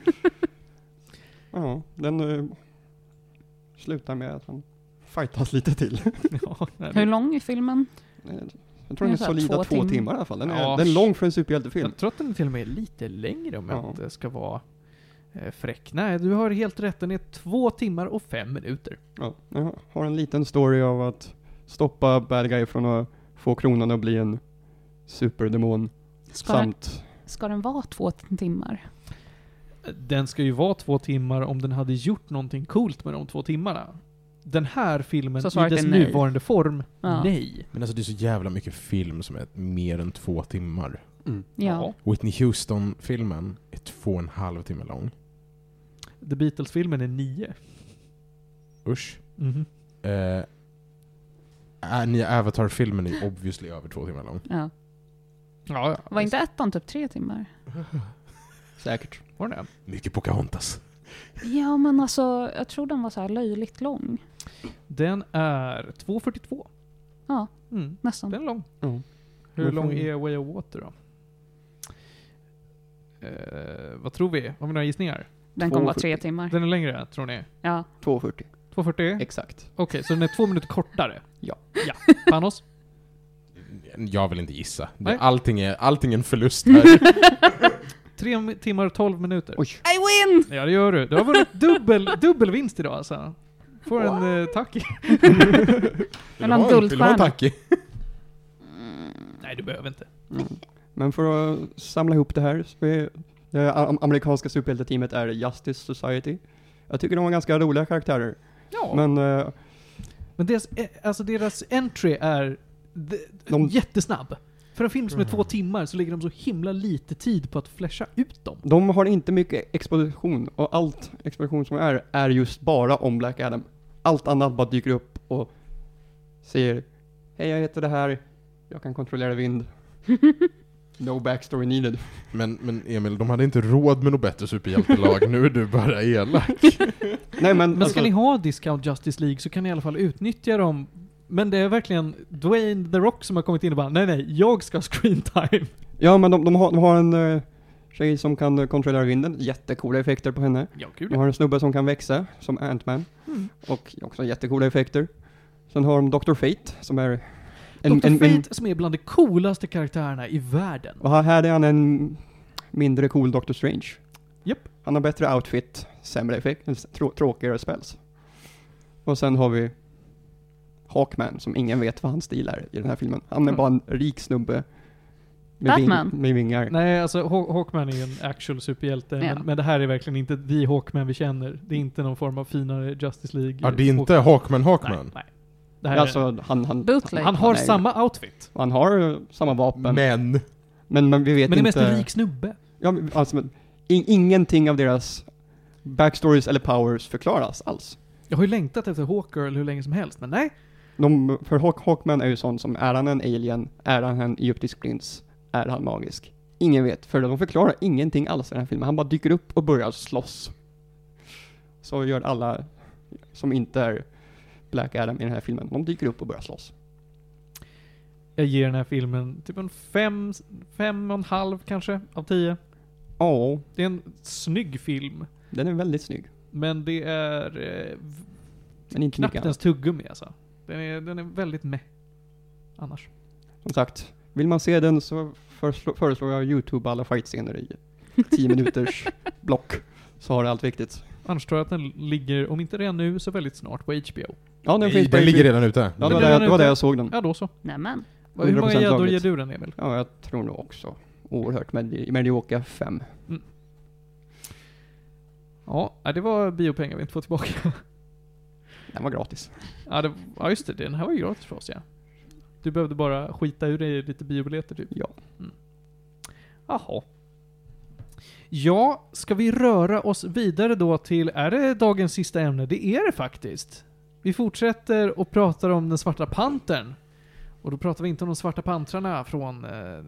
Ja, den uh, slutar med att han fightas lite till. Ja, nej, Hur lång är filmen? Eh, Jag tror den är Ungefär solida två, två timmar. timmar i alla fall. Den är, Ja. den är lång för en superhjältefilm. Jag tror att den till och med är lite längre om jag Ja. inte ska vara eh, fräck. Nej, du har helt rätt. Den är två timmar och fem minuter. Ja, jag har en liten story av att stoppa bad guy från att få kronan att bli en superdemon. Ska, den, Samt, ska den vara två timmar? Den ska ju vara två timmar om den hade gjort någonting coolt med de två timmarna. Den här filmen Så i svaret dess är nej. nuvarande form, Ja. nej. Men alltså det är så jävla mycket film som är mer än två timmar. mm. Ja. Whitney Houston-filmen är två och en halv timme lång. The Beatles-filmen är nio. Usch. Mhm. Eh, äh, nya Avatar-filmen är obviously över två timmar lång. ja. Ja, ja. Var inte ettan typ tre timmar? Säkert. Var det? Mycket Pocahontas. Ja, men alltså, jag tror den var så här löjligt lång. Den är två fyrtiotvå. Ja, Mm. nästan. Den är lång. Ja. Hur Men lång fan- är Way of Water då? Eh, vad tror vi? Har vi några gissningar? Den kommer vara två tre fyrtio. timmar. Den är längre, tror ni? Ja. två fyrtio. två fyrtio? Exakt. Okej, så den är två minuter kortare? Ja. Ja. Panos? Jag vill inte gissa. Nej. Allting är, allting är en förlust här. Tre mi- timmar och tolv minuter. Oj. I win! Ja, det gör du. Du har vunnit dubbel, dubbel vinst idag alltså. Får en uh, tack. Vill du Eller en ha en- vill du ha en guldstjärna. tacki? Nej, du behöver inte. Mm. Men för att samla ihop det här, så är det am- amerikanska superhjälteteamet är Justice Society. Jag tycker de var ganska roliga karaktärer. Ja. Men, Men eh, men deras, eh, alltså deras entry är de, De- jättesnabb. För en film som är Mm. två timmar så lägger de så himla lite tid på att flasha ut dem. de har inte mycket exposition. Och allt exposition som är, är just bara om Black Adam. Allt annat bara dyker upp och säger hej, jag heter det här. Jag kan kontrollera vind. No backstory needed. Men, men Emil, de hade inte råd med något bättre superhjältelag. Nu är du bara elak. Nej, men, Men alltså, ska ni ha Discount Justice League så kan ni i alla fall utnyttja dem. Men det är verkligen Dwayne The Rock som har kommit in och bara nej nej, jag ska ha screen time. ja, men de, de, har, de har en uh, tjej som kan uh, kontrollera vinden. Jättecoola effekter på henne. Ja, kul. De har en snubbe som kan växa, som Ant-Man. Mm. Och också jättecoola effekter. Sen har de doktor Fate, som är en, doktor en, Fate en, som är bland de coolaste karaktärerna i världen. och här är han en mindre cool Doctor Strange. Japp. Han har bättre outfit, sämre effekt, trå- tråkigare spells. Och sen har vi Hawkman, som ingen vet vad hans stil är i den här filmen. Han är Mm. bara en rik snubbe Med, ving, Batman? med vingar. Nej, alltså Haw- Hawkman är ju en actual superhjälte, Ja. men, men det här är verkligen inte the Hawkman vi känner. Det är inte någon form av finare Justice League. Ja, det är inte Hawkman. Hawkman Hawkman. Nej, nej. Det här Alltså, är, han, han, Bootleg. han har nej. samma outfit, han har eh, samma vapen. Men, Men, men, vi vet men det är mest inte... en rik snubbe. Ja, men, alltså, men, in, ingenting av deras backstories eller powers förklaras alls. Jag har ju längtat efter Hawkgirl hur länge som helst, men nej. De, för Hawk, Hawkman är ju sån som, är han en alien, är han en egyptisk prins, är han magisk? Ingen vet, för de förklarar ingenting alls i den här filmen. Han bara dyker upp och börjar slåss. Så gör alla som inte är Black Adam i den här filmen. De dyker upp och börjar slåss. Jag ger den här filmen typ en fem, fem och en halv kanske av tio. Ja, Det är en snygg film, den är väldigt snygg. men det är eh, v- Men inte knappt mycket ens annat. tuggummi alltså. Den är, den är väldigt meh. Annars. Som sagt, vill man se den så föreslår, föreslår jag YouTube alla fightscener i tio minuters block. Så har det allt viktigt. Annars tror jag att den ligger, om inte redan nu, så väldigt snart på H B O. Ja, den nej, finns på den H B O. ligger redan ute. Ja, det var, Den där, ligger det var ute. där jag såg den. Ja, då så. Nämen. Hur många hundra procent gäddor ger lagligt. du den, Emil? Ja, jag tror nog också oerhört med medioka fem. Ja, nej, det var biopengar vi inte får tillbaka. Den var gratis. Ja, det, ja, just det. Den här var ju gratis för oss, ja. Du behövde bara skita ur dig lite biobiljetter, typ. Ja. Jaha. Ja, ska vi röra oss vidare då till, är det dagens sista ämne? Det är det faktiskt. Vi fortsätter och pratar om den svarta pantern. Och då pratar vi inte om de svarta pantrarna från... Eh,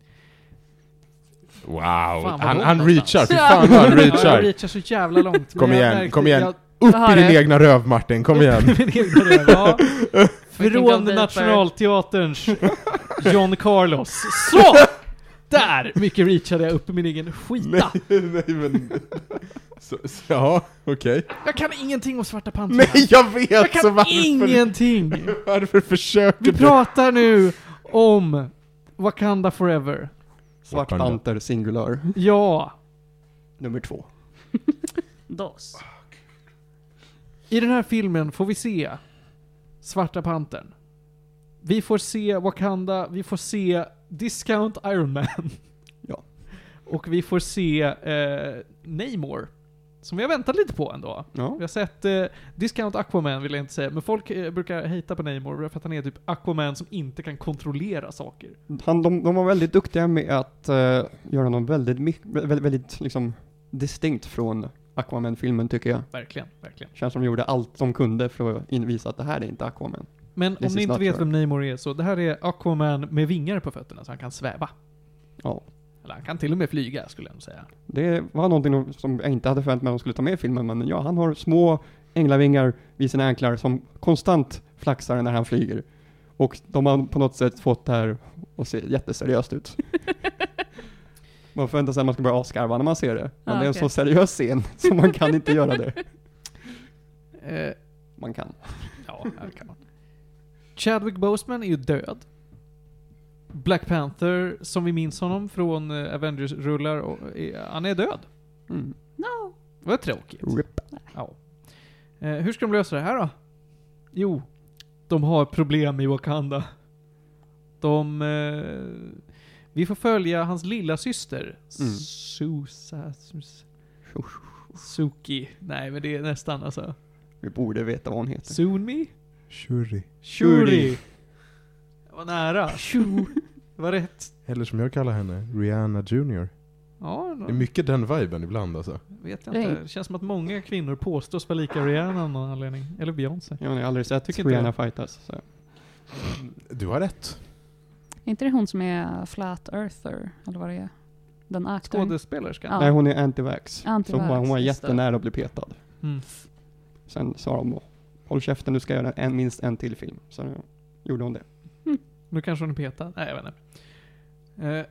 Wow, Fan, vad han, långt han någonstans. reachar, fy fan vad han Ja, jag reachar. reachar så jävla långt. Kom Men jag igen, märkte- kom igen. jag- Upp Vad har i din du? egna röv, Martin, kom igen. Min egna röv, ja. We can go Från deeper. Nationalteaterns John Carlos. Så! Där! Mycket reachade jag upp i min egen skita. nej, nej men... Så, så, ja, okej. Jag kan ingenting om svarta pantrarna. Nej, jag vet! Jag så kan varför, ingenting. varför försöker Vi du? pratar nu om Wakanda Forever. Svart Wakanda. Panter singular. Ja. Nummer två. Dos. I den här filmen får vi se Svarta Pantern. Vi får se Wakanda, vi får se Discount Iron Man. Ja. Och vi får se eh, Namor. Som vi har väntat lite på ändå. Ja. Vi har sett eh, Discount Aquaman vill jag inte säga. Men folk eh, brukar hejta på Namor för att han är typ Aquaman som inte kan kontrollera saker. Han, de, de var väldigt duktiga med att uh, göra något väldigt, mycket- väldigt, väldigt liksom, distinkt från Aquaman-filmen tycker jag. Verkligen, verkligen. Känns som de gjorde allt de kunde för att invisa att det här är inte Aquaman. Men This om ni is inte not vet her. vem Namor är, så det här är Aquaman med vingar på fötterna så han kan sväva. Ja. Eller han kan till och med flyga skulle jag nog säga. Det var någonting som jag inte hade förväntat mig att de skulle ta med i filmen, men ja, han har små änglavingar vid sina anklar som konstant flaxar när han flyger. Och de har på något sätt fått det här att se jätteseriöst ut. Man förväntar sig att man ska börja asgarva när man ser det. Men Ah, det är en okej. så seriös scen, så man kan inte göra det. Eh, Man kan. ja, det kan man. Chadwick Boseman är ju död. Black Panther, som vi minns honom från eh, Avengers-rullar, och, är, han är död. Mm. No. Det var tråkigt. Rip. Ja. Eh, hur ska de lösa det här då? Jo, de har problem i Wakanda. De... Eh, vi får följa hans lilla syster Mm. Susa... Sus, Suki. Nej, men det är nästan alltså. Vi borde veta vad hon heter. Sunmi? Shuri. Shuri. Jag var nära. Shuri. Det var rätt. Eller som jag kallar henne, Rihanna Junior Ja, Det är mycket den viben ibland alltså. vet jag inte. Det känns som att många kvinnor påstås vara lika Rihanna av någon anledning. Eller Beyoncé. Jag har aldrig sett Tycker inte Rihanna jag. fightas. Så. Du har rätt. Är inte det hon som är Flat Earther? Eller vad det är? Den aktorn? Skådespelerskan. Ja. Nej, hon är anti-vax. Så hon var, hon var Anti-vax, just det. jättenära att bli petad. Mm. Sen sa de, håll käften, nu ska jag göra en, minst en till film. Så nu gjorde hon det. Nu kanske hon är petad. Nej, jag vet inte. Eh,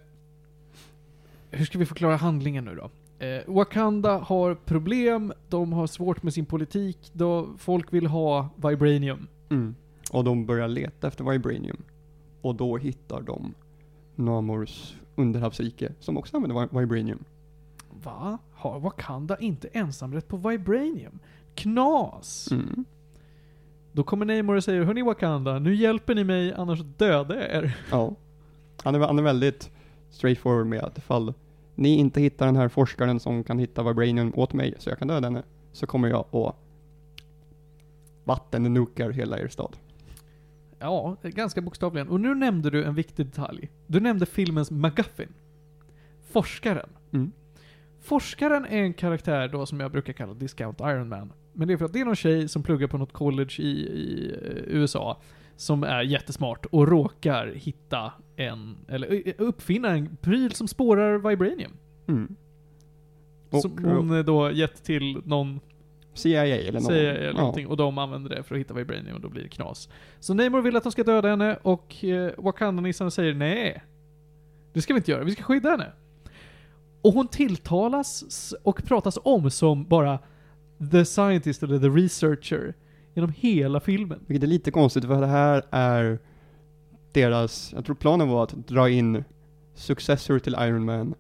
hur ska vi förklara handlingen nu då? Eh, Wakanda har problem. De har svårt med sin politik. Då folk vill ha vibranium. Mm. Och de börjar leta efter vibranium. Och då hittar de Namors underhavsrike som också använder vi- vibranium. Va? Har Wakanda inte ensamrätt på vibranium? Knas! Mm. Då kommer Namor och säger, hörni Wakanda, nu hjälper ni mig, annars dödar jag er. Ja. Han är, han är väldigt straightforward med att ifall ni inte hittar den här forskaren som kan hitta vibranium åt mig så jag kan döda henne, så kommer jag och vattennukar hela er stad. Ja, ganska bokstavligen. Och nu nämnde du en viktig detalj. Du nämnde filmens MacGuffin. Forskaren. Mm. Forskaren är en karaktär då som jag brukar kalla Discount Iron Man. Men det är för att det är någon tjej som pluggar på något college i, i U S A som är jättesmart och råkar hitta en, eller uppfinna en pryl som spårar vibranium. Mm. Som hon då gett till någon C I A eller, någon. C I A eller någonting, ja. Och de använder det för att hitta vibranium och då blir det knas. Så Namor vill att de ska döda henne och eh, Wakandanisarna säger nej. Det ska vi inte göra, vi ska skydda henne. Och hon tilltalas och pratas om som bara the scientist eller the researcher genom hela filmen. Vilket är lite konstigt för det här är deras, jag tror planen var att dra in successor till Iron Man.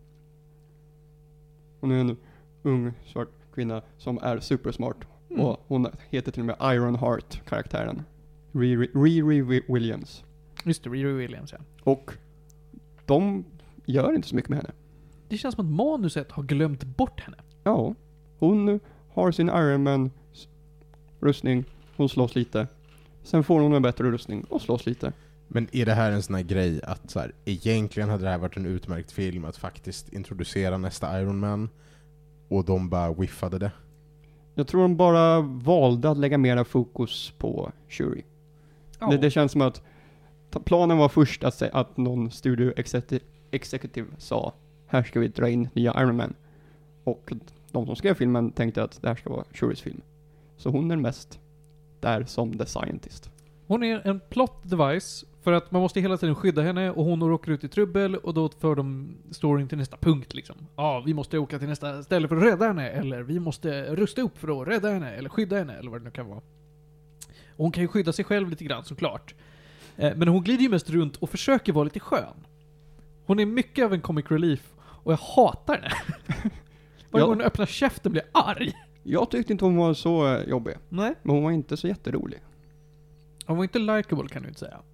Hon är en ung svart kvinna som är supersmart. Mm. Och hon heter till och med Ironheart, karaktären. Riri, Riri Williams. Just det, Riri Williams, ja. Och de gör inte så mycket med henne. Det känns som att manuset har glömt bort henne. Ja, hon har sin Iron Man rustning, hon slåss lite. Sen får hon en bättre rustning och slåss lite. Men är det här en sån här grej att så här, egentligen hade det här varit en utmärkt film att faktiskt introducera nästa Iron Man och de bara whiffade det? Jag tror de bara valde att lägga mera fokus på Shuri. Ja. Det, det känns som att ta, planen var först att, säga att någon studio executive, executive sa här ska vi dra in nya Iron Man. Och de som skrev filmen tänkte att det här ska vara Shuris film. Så hon är mest där som the scientist. Hon är en plot device för att man måste hela tiden skydda henne och hon åker ut i trubbel och då för de storyn till nästa punkt liksom. Ja, vi måste åka till nästa ställe för att rädda henne eller vi måste rusta upp för att rädda henne eller skydda henne eller vad det nu kan vara. Och hon kan ju skydda sig själv lite grann såklart. Eh, men hon glider ju mest runt och försöker vara lite skön. Hon är mycket av en comic relief och jag hatar henne. Varje Ja. gång hon öppnar käften blir jag arg. Jag tyckte inte hon var så eh, jobbig. Nej. Men hon var inte så jätterolig. Hon var inte likable kan du inte säga.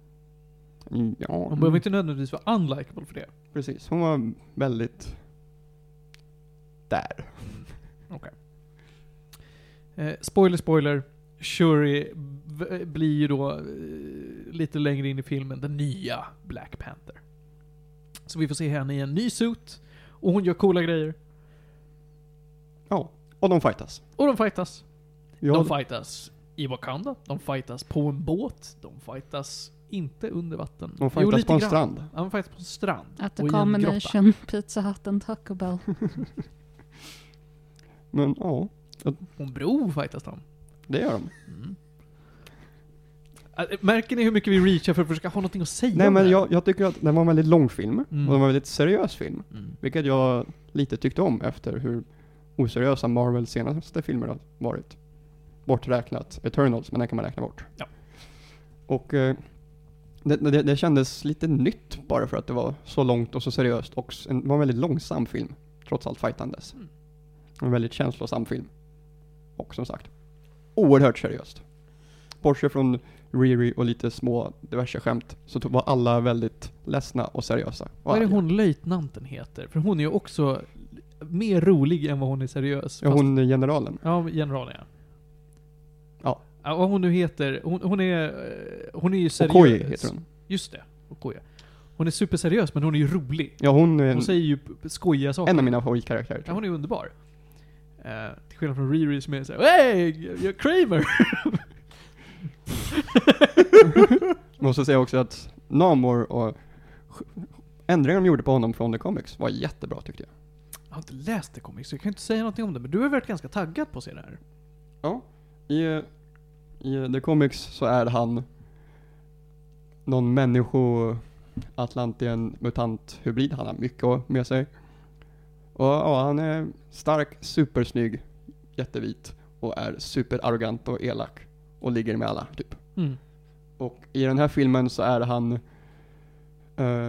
Mm, ja, Hon behöver inte nödvändigtvis vara unlikable för det. precis. Hon var väldigt där. Okej. Eh, spoiler, spoiler. Shuri v- blir ju då eh, lite längre in i filmen den nya Black Panther. Så vi får se henne i en ny suit. Och hon gör coola grejer. Ja, och de fightas. Och de fightas. Ja, De fightas i Wakanda. De fightas på en båt. De fightas inte under vatten. de fightas lite på en grann. strand. Ja, de fightas på en strand. At the och i en grotta. combination Pizza Hut and Taco Bell. Men ja, På en bro fightas de. det gör de. Mm. Äh, Märker ni hur mycket vi reachar för att försöka ha någonting att säga Nej, om men det här? jag, jag tycker att det var en väldigt lång film. Mm. Och det var en väldigt seriös film. Mm. Vilket jag lite tyckte om efter hur oseriösa Marvels senaste filmer har varit. Borträknat Eternals, men den kan man räkna bort. Ja. Och eh, det, det, det kändes lite nytt bara för att det var så långt och så seriöst. Och s- en, det var en väldigt långsam film, trots allt fightandes. Mm. En väldigt känslosam film. Och som sagt, oerhört seriöst. Bortsett från Riri och lite små diverse skämt så to- var alla väldigt ledsna och seriösa. Och Vad är det arga. hon löjtnanten heter? För hon är ju också mer rolig än vad hon är seriös. Ja, Fast- hon är generalen. Ja, generalen ja. Ja. Ja, vad hon nu heter. Hon, hon är eh, hon är ju seriös. Okoye heter hon. Just det. Okoye. Hon är superseriös men hon är ju rolig. Ja, hon är en, Hon säger ju p- skojiga saker. en av mina favoritkaraktärer. Ja, tror hon är underbar. Eh, till skillnad från Riri som är såhär hey, you're Kramer! Jag måste säga också att Namor och ändringar de gjorde på honom från The Comics var jättebra tyckte jag. Jag har inte läst det comics så jag kan inte säga någonting om det. Men du har varit ganska taggad på att se det här. Ja. I, I The Comics så är han någon människo Atlantien mutant hybrid. Han har mycket med sig. Och ja, han är stark, supersnygg, jättevit och är superarrogant och elak och ligger med alla typ. Mm. Och i den här filmen så är han uh,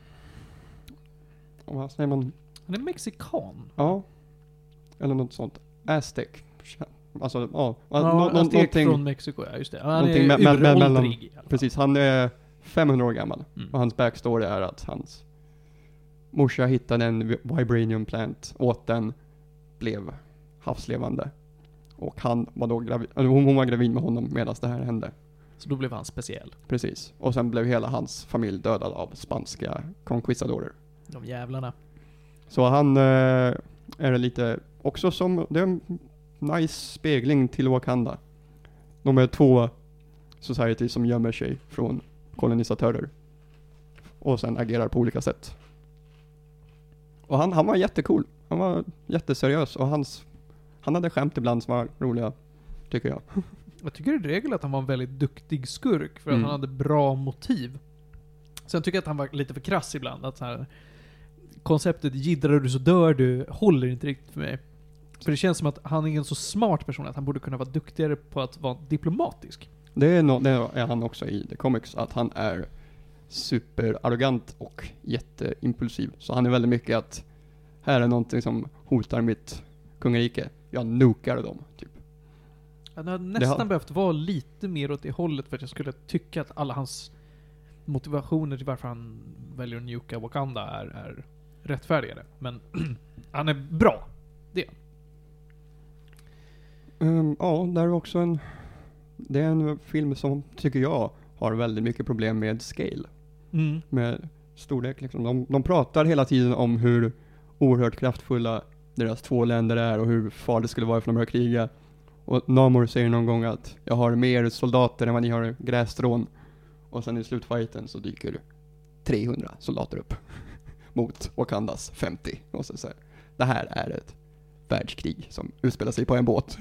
vad säger man? Han är mexikan. Ja. Eller något sånt. Aztec. Alltså, ja. Ja, nå- nå- Aztek någonting, från Mexiko, ja just det. Han någonting är me- me- me- mellan- uråldrig. i alla fall. precis, han är femhundra år gammal. Mm. Och hans backstory är att hans morsa hittade en vi- vibranium plant, åt den, blev havslevande. Och han var då gravid, eller hon, hon var gravid med honom medan det här hände. Så då blev han speciell. Precis. Och sen blev hela hans familj dödad av spanska conquistadorer. De jävlarna. Så han eh, är det lite också som, det är en nice spegling till Wakanda. De är två society som gömmer sig från kolonisatörer. Och sen agerar på olika sätt. Och han, han var jättecool. Han var jätteseriös och hans, han hade skämt ibland som var roliga, tycker jag. Jag tycker i regel att han var en väldigt duktig skurk för att Mm. han hade bra motiv. Sen tycker jag att han var lite för krass ibland. Att så här, konceptet jiddrar du så dör du håller inte riktigt för mig. För det känns som att han är en så smart person att han borde kunna vara duktigare på att vara diplomatisk. Det är, no, det är han också i The Comics, att han är superarrogant och jätteimpulsiv. Så han är väldigt mycket att här är någonting som hotar mitt kungarike. Jag nukar dem, typ. Han hade nästan har- behövt vara lite mer åt det hållet för att jag skulle tycka att alla hans motivationer till varför han väljer att nuka Wakanda är, är rättfärdigare. Men han är bra. Um, ja, där är också en... Det är en film som, tycker jag, har väldigt mycket problem med scale. Mm. Med storlek liksom. De, de pratar hela tiden om hur oerhört kraftfulla deras två länder är och hur farligt det skulle vara för de här kriga. Och Namor säger någon gång att jag har mer soldater än vad ni har grässtrån. Och sen i slutfighten så dyker trehundra soldater upp mot Wakandas femtio. Och så säger det här är ett världskrig som utspelar sig på en båt.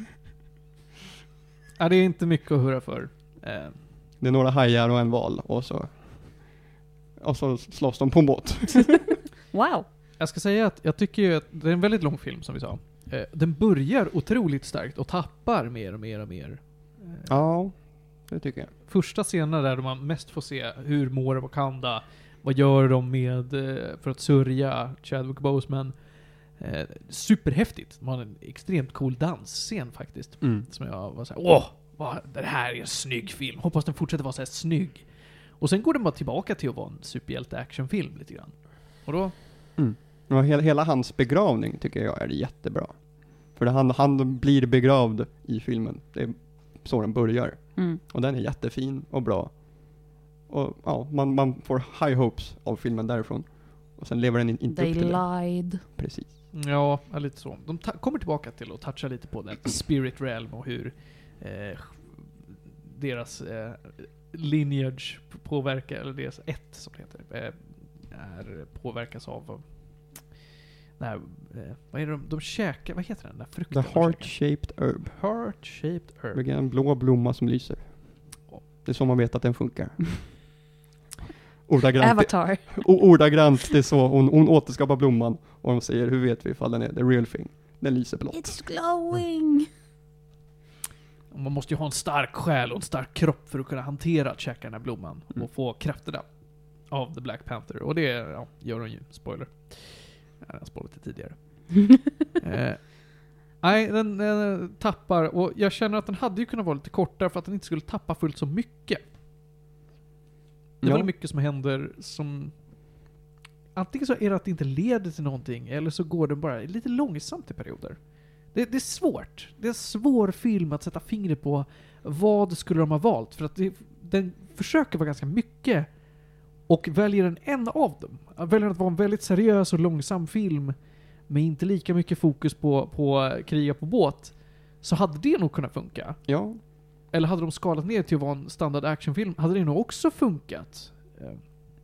Ja, det är inte mycket att hurra för. Eh, Det är några hajar och en val och så och så slåss de på en båt. Wow. jag ska säga att jag tycker ju att det är en väldigt lång film som vi sa. Eh, den börjar otroligt starkt och tappar mer och mer och mer. Eh, Ja, det tycker jag. Första scenen där man mest får se hur mår Wakanda, vad gör de med eh, för att sörja Chadwick Boseman. Eh, superhäftigt. Man har en extremt cool dansscen faktiskt. Mm. Som jag var såhär, åh, vad, det här är en snygg film. Hoppas den fortsätter vara så här snygg. Och sen går den bara tillbaka till att vara en superhjälte-actionfilm lite grann. Och då, Mm. Och hela, hela hans begravning tycker jag är jättebra. För det, han, han blir begravd i filmen. Det är så den börjar. Mm. Och den är jättefin och bra. Och ja, man, man får high hopes av filmen därifrån. Och sen lever den in, inte They upp till det. lied. Precis. ja, ja, lite så. De ta- kommer tillbaka till att toucha lite på den spirit realm och hur eh, deras eh, lineage påverkar, eller deras ett som det heter, eh, är påverkas av eh, den här, eh, vad är det de, de käkar, vad heter den där frukten? The de käkar? heart-shaped herb. Heart-shaped herb. Det är en blå blomma som lyser. Det är så man vet att den funkar. Ordagrant, Avatar. o- ordagrant, det är så hon, hon återskapar blomman och de säger, hur vet vi ifall den är the real thing? Den lyser blått. It's glowing. Man måste ju ha en stark själ och en stark kropp för att kunna hantera att käka den här blomman Mm. och få krafterna av The Black Panther. Och det ja, gör hon ju. Spoiler. Jag har spoilat det tidigare. eh, nej, den, den tappar. Och jag känner att den hade ju kunnat vara lite kortare för att den inte skulle tappa fullt så mycket. Det är Ja. väldigt mycket som händer som... Antingen så är det att det inte leder till någonting, eller så går den bara lite långsamt i perioder. Det, det är svårt. Det är en svår film att sätta fingret på vad skulle de ha valt. För att det, den försöker vara ganska mycket och väljer en, en av dem. Väljer att vara en väldigt seriös och långsam film med inte lika mycket fokus på, på kriga på båt, så hade det nog kunnat funka. Ja, Eller hade de skalat ner till att vara en standard actionfilm, hade det nog också funkat. Eh,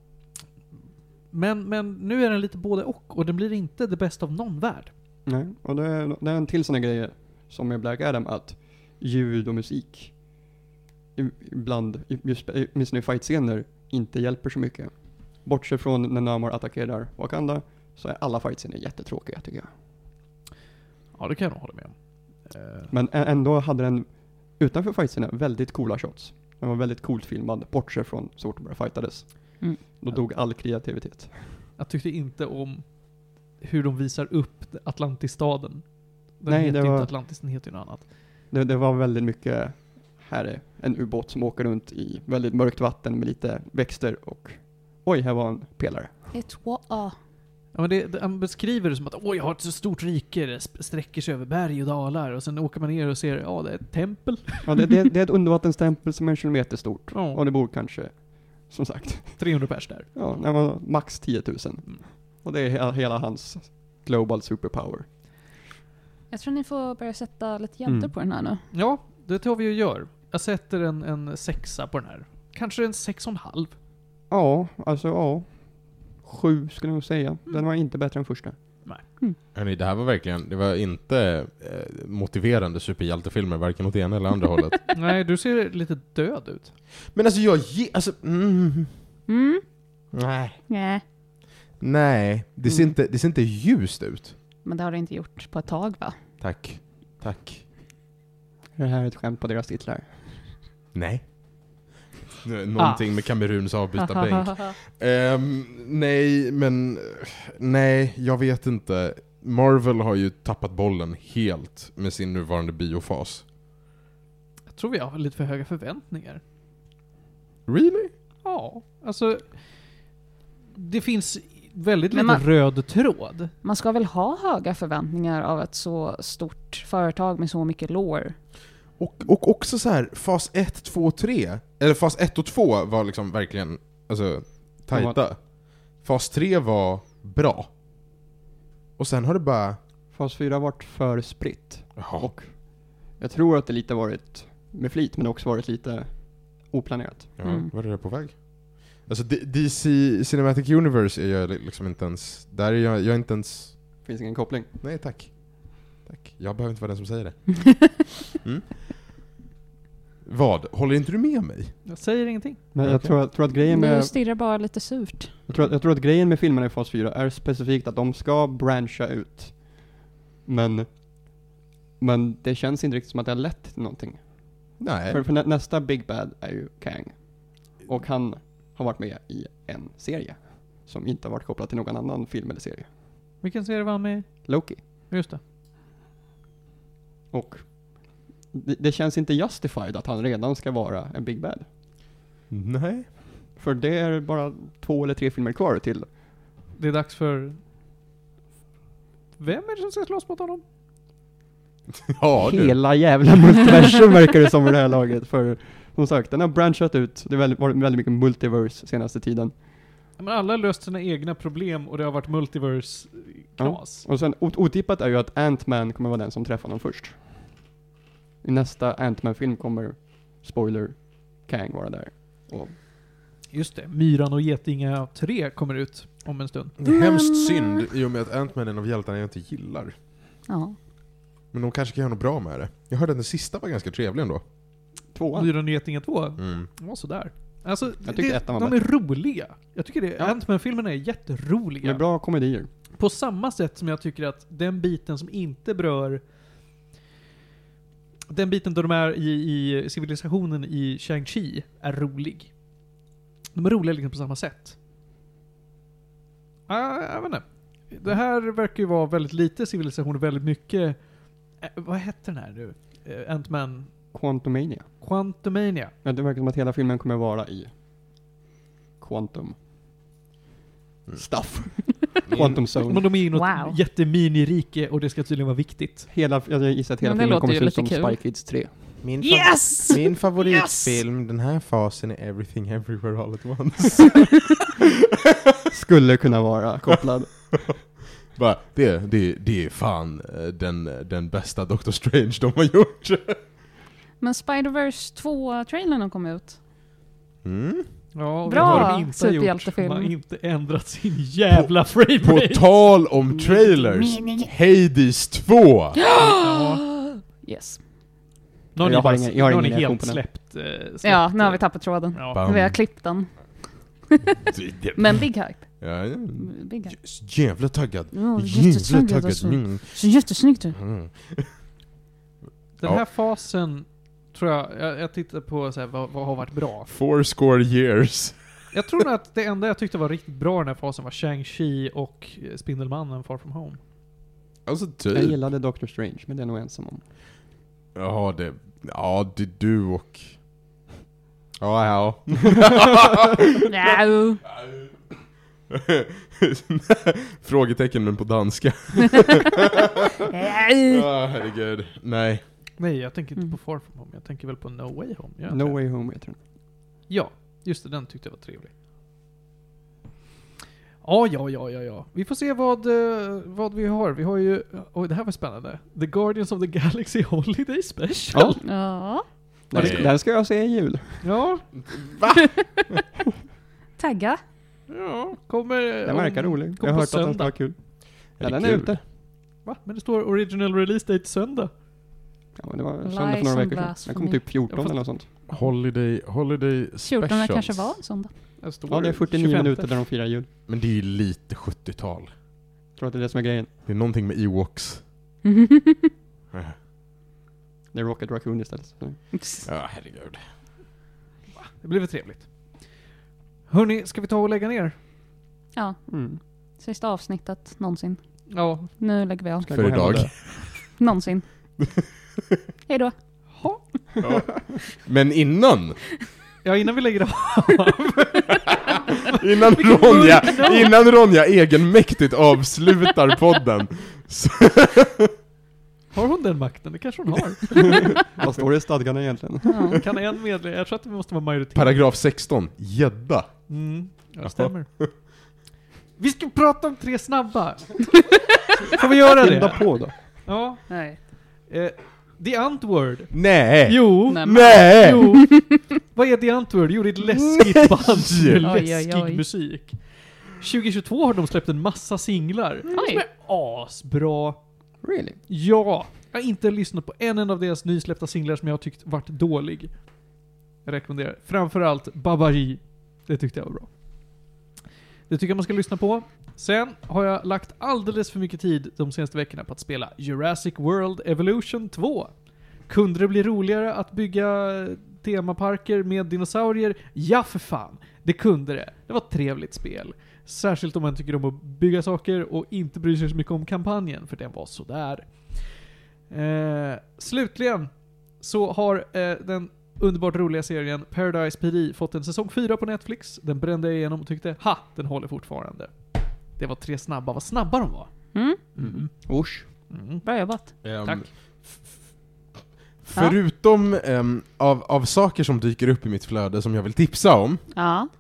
Men, men nu är den lite både och, och den blir inte det bästa av någon värld. nej. Och det är, det är en till sån här grej som med Black Adam, att ljud och musik i- ibland, i- just åtminstone i fightscener, inte hjälper så mycket. Bortsett från när Namor attackerar Wakanda, så är alla fightscener jättetråkiga tycker jag. Ja, det kan jag nog hålla med om. Eh, Men ä- ändå hade den utanför fightscenerna väldigt coola shots. Den var väldigt coolt filmad, bortsett från så fort de började fightades. Mm. Då dog all kreativitet. Jag tyckte inte om hur de visar upp Atlantis-staden. Den Nej, heter det var- inte Atlantis, den heter ju något annat. Det, det var väldigt mycket, här är en ubåt som åker runt i väldigt mörkt vatten med lite växter och oj, här var en pelare. It was... ah. Ja, men det, det, han beskriver det som att åh, jag har ett så stort rike, det sp- sträcker sig över berg och dalar, och sen åker man ner och ser, ja, det är ett tempel. Ja, det, det, det är ett undervattenstempel som är en kilometer stort. Ja. Och det bor kanske, som sagt, trehundra pers där. ja, när man, max tio tusen. Mm. Och det är hela, hela hans global superpower. Jag tror ni får börja sätta lite gäddor Mm. på den här nu. Ja, det tar vi och gör. Jag sätter en, en sexa på den här. Kanske en sex och en halv. Ja, alltså ja. Sju skulle jag nog säga. Den var inte bättre än första. Hörrni, det här var verkligen, det var inte eh, motiverande superhjältefilmer, varken åt ena eller andra hållet. Nej, du ser lite död ut. Men alltså jag ge, alltså, mm, Mm. nej. Nej. Nej, det ser, Mm. inte, det ser inte ljust ut. Men det har det inte gjort på ett tag, va? Tack. Tack. Det här är ett skämt på deras titlar. Nej. Någonting Ah. med Kameruns avbytarbänk. um, nej, men nej, jag vet inte. Marvel har ju tappat bollen helt med sin nuvarande biofas. Jag tror vi har lite för höga förväntningar. Really? Ja, alltså det finns väldigt Men lite man- röd tråd. Man ska väl ha höga förväntningar av ett så stort företag med så mycket lore. Och, och också så här, fas ett, två, tre. Eller fas ett och två var liksom verkligen alltså, tajta. Fas tre var bra. Och sen har det bara... Fas fyra har varit för spritt. Jaha. Och jag tror att det lite varit med flit, men också varit lite oplanerat. Ja, Mm. var är det på väg? Alltså D- D C Cinematic Universe är jag liksom inte ens... Där är jag, jag är inte ens... Finns ingen koppling. Nej, tack. Tack. Jag behöver inte vara den som säger det. Mm. Vad? Håller inte du med mig? Jag säger ingenting. Men jag Okej. tror, att- tror att grejen Du med... stirrar bara lite surt. Jag tror, att- jag tror att grejen med filmerna i fas fyra är specifikt att de ska branscha ut. Men... Men det känns inte riktigt som att det har lett till någonting. Nej. För, för nä, nästa Big Bad är ju Kang. Och han har varit med i en serie. Som inte har varit kopplad till någon annan film eller serie. Vilken serie var han med i? Loki. Just det. Och det, det känns inte justified att han redan ska vara en Big Bad. Nej. För det är bara två eller tre filmer kvar till. Det är dags för... Vem är det som ska slåss mot honom? Ja, du. Hela jävla multiversum verkar det som i det här laget. För som sagt, den har branchat ut. Det har väldigt, varit väldigt mycket multiverse senaste tiden. Men alla har löst sina egna problem och det har varit multiverse-knas. Och sen ot- otippat är ju att Ant-Man kommer vara den som träffar honom först. I nästa Ant-Man-film kommer, spoiler, Kang vara där. Och Just det. Myran och Getinga tre kommer ut om en stund. Det är hemskt Men- synd i och med att Ant-Man är en av hjältarna jag inte gillar. Ja. Men de kanske kan göra något bra med det. Jag hörde att den sista var ganska trevlig ändå. tvåan. Myran och Getinga två. Mm. Det var sådär. Alltså, Jag tyckte det, ettan var de är roliga. Jag tycker det. Ja. Ant-Man-filmerna är jätteroliga. Med bra komedier. På samma sätt som jag tycker att den biten som inte berör den biten där de är i, i civilisationen i Shang-Chi är rolig. De är roliga liksom på samma sätt. Uh, jag vet inte. Det här verkar ju vara väldigt lite civilisation och väldigt mycket... Eh, vad heter den här nu? Uh, Ant-Man... Quantumania. Quantumania. Ja, det verkar som att hela filmen kommer vara i Quantum. Mm. Stuff. Min- Quantum Men Zone. de är i något Wow. jätteminirike och det ska tydligen vara viktigt. Hela, jag gissar att hela Men det filmen låter kommer ju se ut som lite kul. Spy Kids tre. Min, Yes! min favoritfilm den här fasen är Everything Everywhere All At Once. Skulle kunna vara kopplad. Bara, det, det, det är fan eh, den, den bästa Doctor Strange de har gjort. Men Spider-Verse två-trailern har kommit ut. Mm. Ja, och Bra det har de inte gjort. superhjältefilm. De har inte ändrat sin jävla frame På rate. tal om trailers, Hades två! Ja. Yes. Nu har ni, Jag har bara, ingen- jag har nu har ingen ni reaktion helt på den. släppt, eh, släppt... Ja, nu har vi tappat tråden. Ja. Bam. Vi har klippt den. Men big hype. Ja, ja. Big hype. Så jävla taggad. Ja, Jävla jättesnyggt taggad. alltså. Mm. Så jättesnyggt ut. Mm. Den Ja. här fasen tror jag, jag, jag tittar på så här, vad, vad har varit bra. Four score years. Jag tror nog att det enda jag tyckte var riktigt bra i den här fasen var Shang-Chi och eh, Spindelmannen Far From Home. Alltså Jag typ. gillade Doctor Strange, men det är nog ensam om. Jaha, det... Ja, det är du och... Ja, ja. Ja. Frågetecken men på danska. Nej. Ah, herregud. Nej. Nej, jag tänker inte Mm. på Far From Home. Jag tänker väl på No Way Home. Gör jag No inte? Way Home heter den. Ja, just det. Den tyckte jag var trevlig. Ja, ja, ja, ja, ja. Vi får se vad, eh, vad vi har. Vi har ju... Oj, det här var spännande. The Guardians of the Galaxy Holiday Special. Ja. Ja. Den ska, den ska jag se i jul. Ja, Tagga. ja. Kommer... Den verkar rolig. kom Jag har på hört att den ska söndag. vara kul. Ja, Är det den är kul? ute. Va? Men det står original release date söndag. Ja, men det var Lies söndag för några and veckor sedan. blasphemy. Den kom typ fjorton Ja, fast- eller något sånt. Holiday, holiday fjorton specials. kanske var en söndag. Det står Ja, det är fyrtionio tjugofemte. minuter där de firar jul. Men det är ju lite sjuttiotal. Jag tror att det är det som är grejen. Det är någonting med Ewoks. Det är Rocket Raccoon istället. Så. Ja, herregud. Det blir väl trevligt. Hörni, ska vi ta och lägga ner? Ja, Mm. sista avsnittet någonsin. Ja. Nu lägger vi av. Ska För gå hem och idag. dö. Någonsin. Hej då. Ha. Ja. Men innan, Ja, innan vi lägger av. innan Ronja, innan Ronja egenmäktigt avslutar podden. Så, Har hon den makten? Det kanske hon har. Vad står det i stadgarna egentligen? Ja. Kan en medlem? Jag tror att det måste vara majoritet. paragraf sexton, gädda. Mm, ja, det stämmer. Vi ska prata om tre snabba. Får vi göra Skynda det? på då. Ja. Nej. Eh, The Antword. Nej! Jo. Nej, men- Nej! Jo. Vad är The Antword? Jo, det är ett läskigt band med Oj, oj, läskig oj. musik. tjugohundratjugotvå har de släppt en massa singlar. Oj. Som är asbra. Really? Ja. Jag har inte lyssnat på en enda av deras nysläppta singlar som jag har tyckt varit dålig. Jag rekommenderar. Framförallt Babari. Det tyckte jag var bra. Det tycker jag man ska lyssna på. Sen har jag lagt alldeles för mycket tid de senaste veckorna på att spela Jurassic World Evolution två. Kunde det bli roligare att bygga temaparker med dinosaurier? Ja, för fan. Det kunde det. Det var ett trevligt spel. Särskilt om man tycker om att bygga saker och inte bryr sig så mycket om kampanjen, för den var sådär. Eh, slutligen så har eh, den underbart roliga serien Paradise P D fått en säsong fyra på Netflix. Den brände jag igenom och tyckte, ha, den håller fortfarande. Det var tre snabba. Vad snabba de var. Mm. Mm. Usch. Mm. Bra jobbat. Ehm, Tack. f- f- Förutom ehm, av, av saker som dyker upp i mitt flöde som jag vill tipsa om, Ja.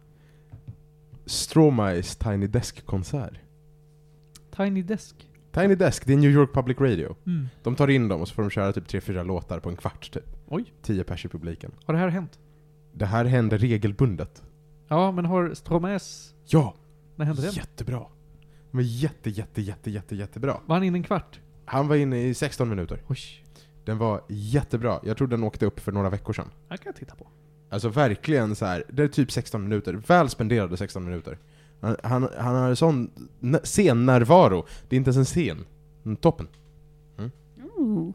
Stromaes Tiny Desk-konsert. Tiny Desk. Tiny Desk, det är New York Public Radio. Mm. De tar in dem och så får de köra typ tre fyra låtar på en kvart typ. Oj. Tio pers i publiken. Har det här hänt? Det här händer regelbundet. Ja, men har Stromaes... Ja, När hände det? jättebra. De var jätte, jätte, jätte, jätte, jättebra. Var han inne en kvart? Han var inne i sexton minuter. Oj. Den var jättebra. Jag tror den åkte upp för några veckor sedan. Det kan jag titta på. Alltså verkligen så här. Det är typ sexton minuter. Väl spenderade sexton minuter. Han, han, han har en sån n- scennärvaro. Det är inte ens en scen. Mm, toppen. Ooh.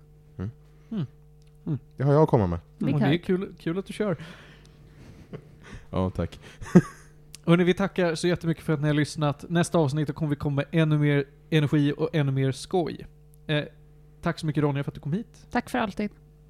Det har jag att komma med. Det Och kan. det är kul, kul att du kör. Ja, tack. Hörrni, vi tackar så jättemycket för att ni har lyssnat. Nästa avsnitt kommer vi komma med ännu mer energi och ännu mer skoj. Eh, tack så mycket Ronja för att du kom hit. Tack för alltid.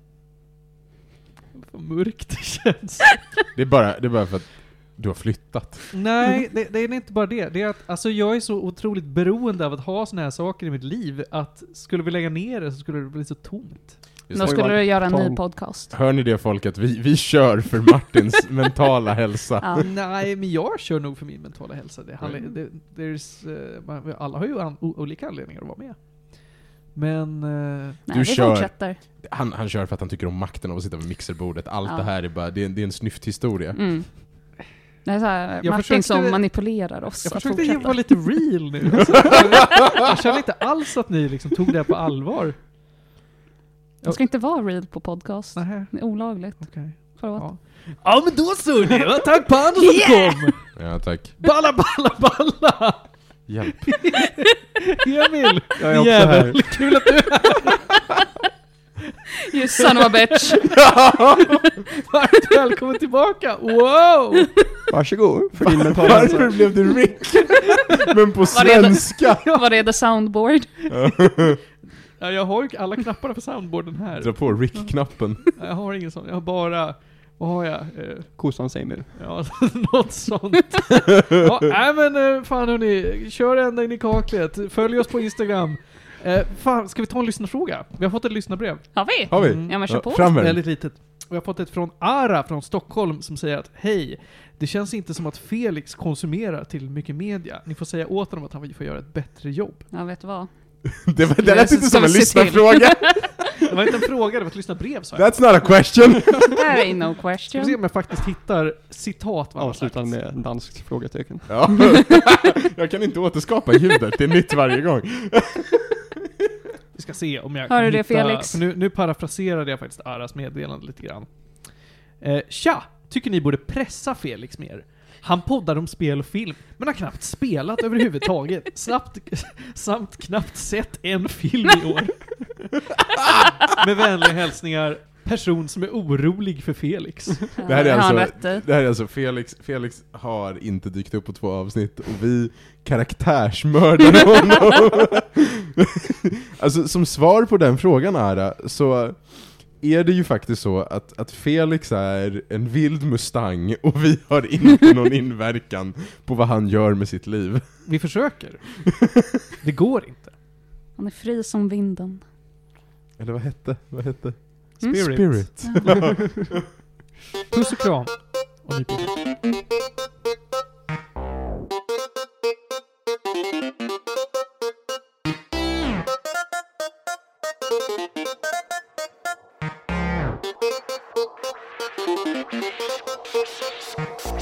Vad mörkt det känns. Det är bara, det är bara för att du har flyttat. Nej, det, det är inte bara det. Det är att alltså, jag är så otroligt beroende av att ha såna här saker i mitt liv att skulle vi lägga ner det så skulle det bli så tomt. Just Då det. skulle du göra en ny Tom. podcast. Hör ni det folket? Vi, vi kör för Martins mentala hälsa. Ja. Nej, men jag kör nog för min mentala hälsa. Det handlar, Mm. det, there's, eh, man- alla har ju an, o, olika anledningar att vara med. Men... eh, Nej, Du vi kör. fortsätter. Han, han kör för att han tycker om makten av att sitta vid mixerbordet. Allt Ja. det här är bara, det är, det är en snyfthistoria. Mm. Det är så här, Jag Martin försökte- som manipulerar oss Jag att försökte ju fortsätta. vara lite real nu. Alltså, jag, jag känner inte alls att ni liksom tog det här på allvar. Det ska inte vara real på podcast. Nähä, Det är olagligt. okej. Förlåt. Ja. Ja, men då så ni. Va? Tack på andra som kom. Ja, tack. Balla, balla, balla. Hjälp. Emil, Jag är också jävel. här. Kul att du är här. You son of a bitch. Varmt välkommen tillbaka. Wow. Varsågod för din mentala hälsa. Varför blev det Rick? Men på Var är det? svenska! Var är the soundboard? Ja, jag har ju alla knapparna för soundboarden här. Dra på Rick-knappen. Jag har ingen sån. Jag har bara Vad har jag? Eh, Kossan Seimur. ja, något sånt. Ja, nej men eh, fan hörni, kör ända in i kaklet. Följ oss på Instagram. Eh, fan, ska vi ta en lyssnarfråga? Vi har fått ett lyssnarbrev. Har vi? Har vi? Mm. Ja, men kör på. Fram med den. Väldigt litet. Och jag har fått ett från Ara från Stockholm som säger att hej, det känns inte som att Felix konsumerar till mycket media. Ni får säga åt honom att han får göra ett bättre jobb. Ja, vet du vad? Det, var, det lät inte Ska som vi en se lyssnarfråga. Det var inte en fråga, det var ett lyssnarbrev sa jag. That's not a question. There ain't no Ska vi se question. om jag faktiskt hittar citat vad han har Avslutad sagt. med en dansk frågetecken. Ja. Jag kan inte återskapa ljudet, det är nytt varje gång. Vi ska se om jag Hör kan du det, hitta, Felix? för Nu, nu parafraserade jag faktiskt Aras meddelande lite grann. Eh, tja! Tycker ni borde pressa Felix mer. Han poddar om spel och film, men har knappt spelat överhuvudtaget. Samt, samt knappt sett en film i år. Med vänliga hälsningar, person som är orolig för Felix. Det här är Har han alltså, rätt i? det här är alltså Felix, Felix har inte dykt upp på två avsnitt och vi karaktärsmördar honom. Alltså som svar på den frågan Ara, så är det ju faktiskt så att, att Felix är en vild mustang och vi har inte någon inverkan på vad han gör med sitt liv. Vi försöker. Det går inte. Han är fri som vinden. Eller vad hette? Vad hette? Mm. Spirit. Spirit. Puss och kram. Och nyp i.